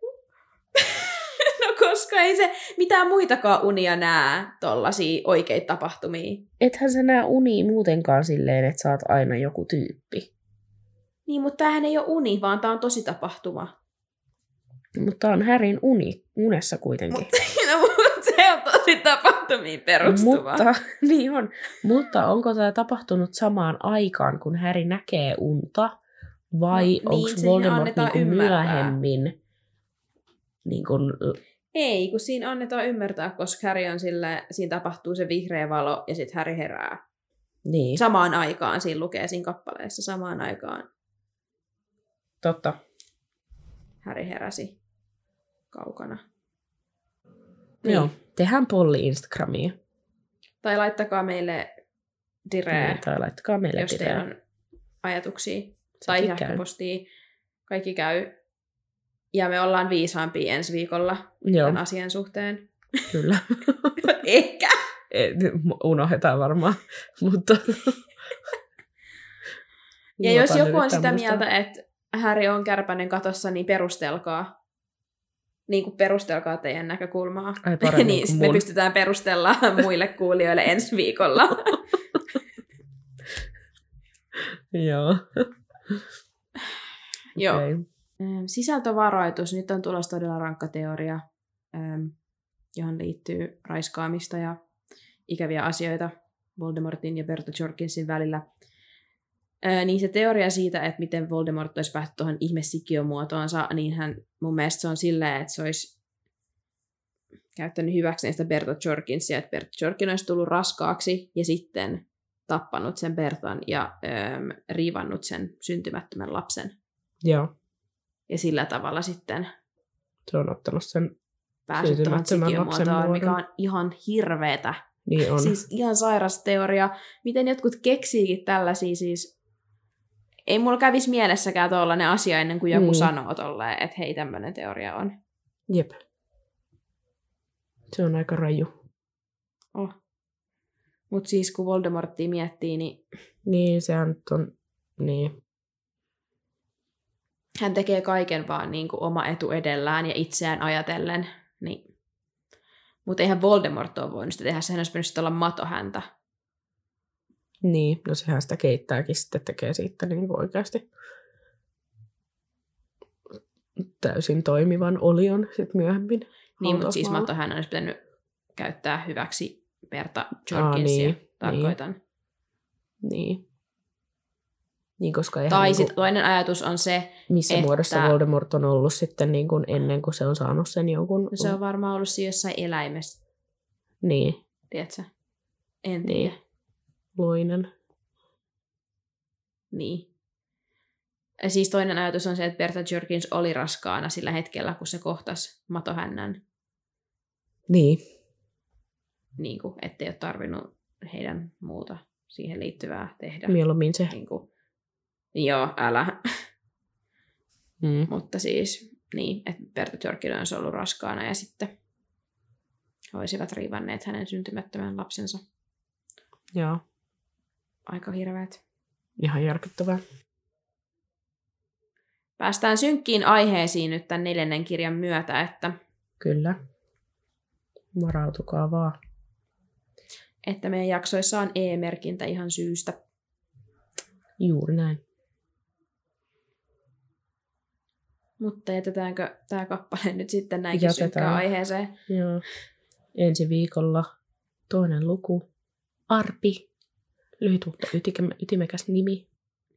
No koska ei se mitään muitakaan unia näe tollasia oikeita tapahtumia. Ethän sä näe unia muutenkaan silleen, että sä oot aina joku tyyppi. Niin, mutta tämähän ei ole uni, vaan tää on tosi tapahtuma. Mutta on Harryn uni, unessa kuitenkin. Mutta no, se on tosi tapahtumiin perustuva. Mutta, niin on. Mutta onko tämä tapahtunut samaan aikaan, kun Harry näkee unta? Vai no, onko niin, Voldemort niinku myöhemmin? Niin kun... Ei, kun siinä annetaan ymmärtää, koska Harry on sillä, siinä tapahtuu se vihreä valo ja sitten Harry herää. Niin. Samaan aikaan, siinä lukee siinä kappaleessa, samaan aikaan. Totta. Harry heräsi kaukana. Niin. Joo, tehdään polli Instagramiin. Tai laittakaa meille diree, niin, tai laittakaa meille jos diree. teillä on ajatuksia. Sekin tai sähköpostia. Kaikki käy. Ja me ollaan viisaampia ensi viikolla Joo. tämän asian suhteen. Kyllä. Ehkä. Unohdetaan varmaan, mutta... Ja jos joku on sitä mieltä, että Harry on kärpänen katossa, niin perustelkaa. Niin kuin perustelkaa teidän näkökulmaa. Ai paremmin niin kuin me mun. pystytään perustella muille kuulijoille ensi viikolla. Joo. Joo. Okay. Sisältövaroitus. Nyt on tulossa todella rankka teoria, johon liittyy raiskaamista ja ikäviä asioita Voldemortin ja Berta Jorkinsin välillä. Niin se teoria siitä, että miten Voldemort olisi päässyt tuohon ihmesikiomuotoonsa, niin hän mun mielestä se on silleen, että se olisi käyttänyt hyväkseen sitä Berta Jorkinsia, että Berta Jorkin olisi tullut raskaaksi ja sitten tappanut sen Bertan ja öö, riivannut sen syntymättömän lapsen. Joo. Ja sillä tavalla sitten se on ottanut sen päässyt tuohon sikiomuotoon, mikä on ihan hirveetä. Niin on. Siis ihan sairas teoria. Miten jotkut keksiikin tällaisia siis... Ei mulla kävisi mielessäkään tollainen asia ennen kuin joku mm. sanoo tolleen, että hei, tämmöinen teoria on. Jep. Se on aika raju. Oh. Mutta siis kun Voldemorttia miettii, niin... Niin, sehän on... Niin. Hän tekee kaiken vaan niin kuin oma etu edellään ja itseään ajatellen. Niin. Mutta eihän Voldemort ole voinut sitä tehdä. Sehän olisi mennyt olla mato häntä. Niin, no sehän sitä keittääkin sitten, tekee siitä niin kuin oikeasti täysin toimivan olion sitten myöhemmin. Niin, mutta siis mato hän olisi pitänyt käyttää hyväksi Berta Jorkinsia, niin, tarkoitan. Niin. niin. Niin, koska tai niin sitten toinen ajatus on se, missä että... muodossa Voldemort on ollut sitten niin kuin ennen kuin se on saanut sen jonkun... Se on varmaan ollut siinä jossain eläimessä. Niin. Tiedätkö? En niin. tiedä. Loinen. Niin. Ja siis toinen ajatus on se, että Berta Jorkins oli raskaana sillä hetkellä, kun se kohtasi matohännän. Niin. Niin kuin, ettei ole tarvinnut heidän muuta siihen liittyvää tehdä. Mieluummin se. Niin kuin, joo, älä. Mm. Mutta siis, niin, että Berta Jorkin olisi ollut raskaana ja sitten olisivat riivanneet hänen syntymättömän lapsensa. Joo. Aika hirveät. Ihan järkyttävää. Päästään synkkiin aiheisiin nyt tämän neljännen kirjan myötä, että... Kyllä. Varautukaa vaan. että meidän jaksoissa on E-merkintä ihan syystä. Juuri näin. Mutta jätetäänkö tämä kappale nyt sitten näinkin synkkään aiheeseen? Joo. Ensi viikolla toinen luku. Arpi. Lyhyt, mutta ytimekäs nimi.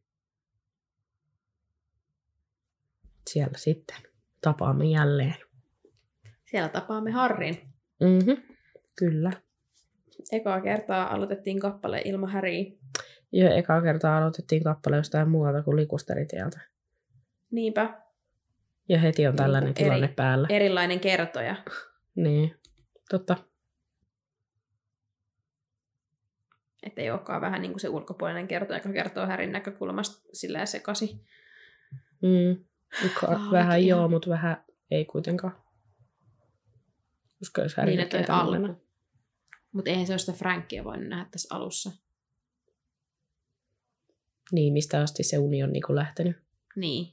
Siellä sitten tapaamme jälleen. Siellä tapaamme Harrin. Mhm, kyllä. Ekaa kertaa aloitettiin kappale ilman Häriä. Joo, ekaa kertaa aloitettiin kappale jostain muualta kuin Likusteritieltä. Niinpä. Ja heti on tällainen niin, tilanne eri, päällä. Erilainen kertoja. Niin, totta. Että ei olekaan vähän niin kuin se ulkopuolinen kertoja, joka kertoo Härin näkökulmasta silleen sekasi. Mm. Ah, vähän joo, mutta vähän ei kuitenkaan. Koska jos Häri niin, näkee tällainen. Mutta eihän se ole sitä Frankia voinut nähdä tässä alussa. Niin, mistä asti se uni on niinku lähtenyt. Niin.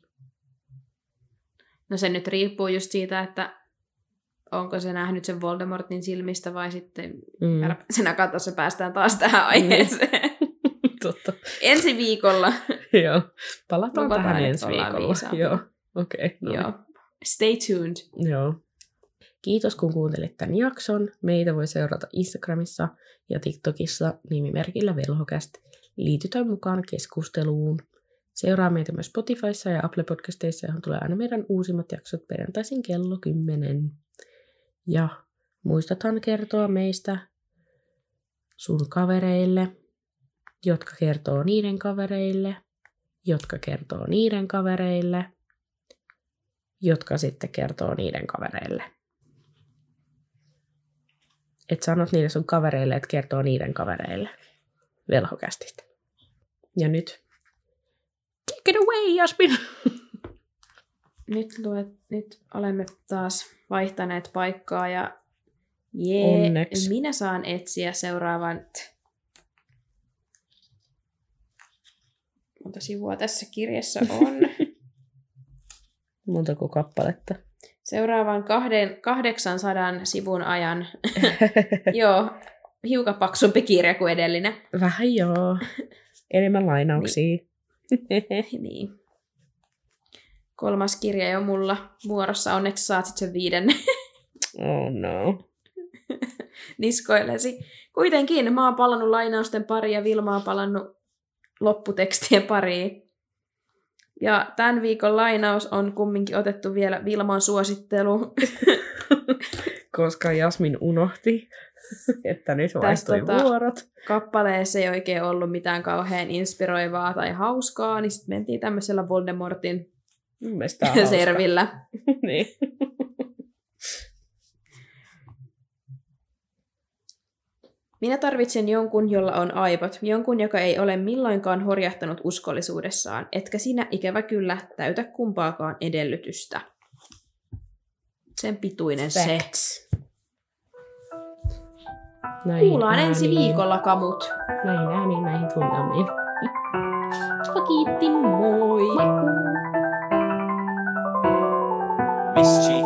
No se nyt riippuu just siitä, että onko se nähnyt sen Voldemortin silmistä vai sitten mm. sen katossa päästään taas tähän aiheeseen. Totta. Ensi viikolla. Joo. Palataan tähän ensi viikolla. Joo. Okei. Okay, no. Joo. Stay tuned. Joo. Kiitos kun kuuntelit tämän jakson. Meitä voi seurata Instagramissa ja TikTokissa nimimerkillä Velhokäst. Liitytään mukaan keskusteluun. Seuraa meitä myös Spotifyssa ja Apple Podcasteissa, johon tulee aina meidän uusimmat jaksot perjantaisin kello kymmenen. Ja muistathan kertoa meistä sun kavereille, jotka kertoo niiden kavereille, jotka kertoo niiden kavereille, jotka sitten kertoo niiden kavereille. Et sanot niille sun kavereille, että kertoo niiden kavereille Velhokästistä. Ja nyt take it away, Jasmin! Nyt, luet, nyt olemme taas vaihtaneet paikkaa ja jee, Onneksi. Minä saan etsiä seuraavan. Monta sivua tässä kirjassa on? Montako kappaletta? Seuraavan kahden, kahdeksansadan sivun ajan. Joo, hiukan paksumpi kirja kuin edellinen. Vähän joo. Enemmän lainauksia. Niin. niin. Kolmas kirja jo mulla vuorossa. Onneksi saat sit sen viiden. Oh no. Niskoillesi. Kuitenkin mä oon palannut lainausten pariin ja Vilma on palannut lopputekstien pariin. Ja tämän viikon lainaus on kumminkin otettu vielä Vilman suosittelu. Koska Jasmin unohti, että nyt vaihtui tota, vuorot. Kappaleessa ei oikein ollut mitään kauhean inspiroivaa tai hauskaa, niin sitten mentiin tämmöisellä Voldemortin servillä. Niin. Minä tarvitsen jonkun, jolla on aivot, jonkun, joka ei ole milloinkaan horjahtanut uskollisuudessaan, etkä sinä ikävä kyllä täytä kumpaakaan edellytystä. Sen pituinen se. Kuullaan ensi viikolla, kamut. Näin ääniin, näihin tunnelmiin. Kiitti, moi! Mischief.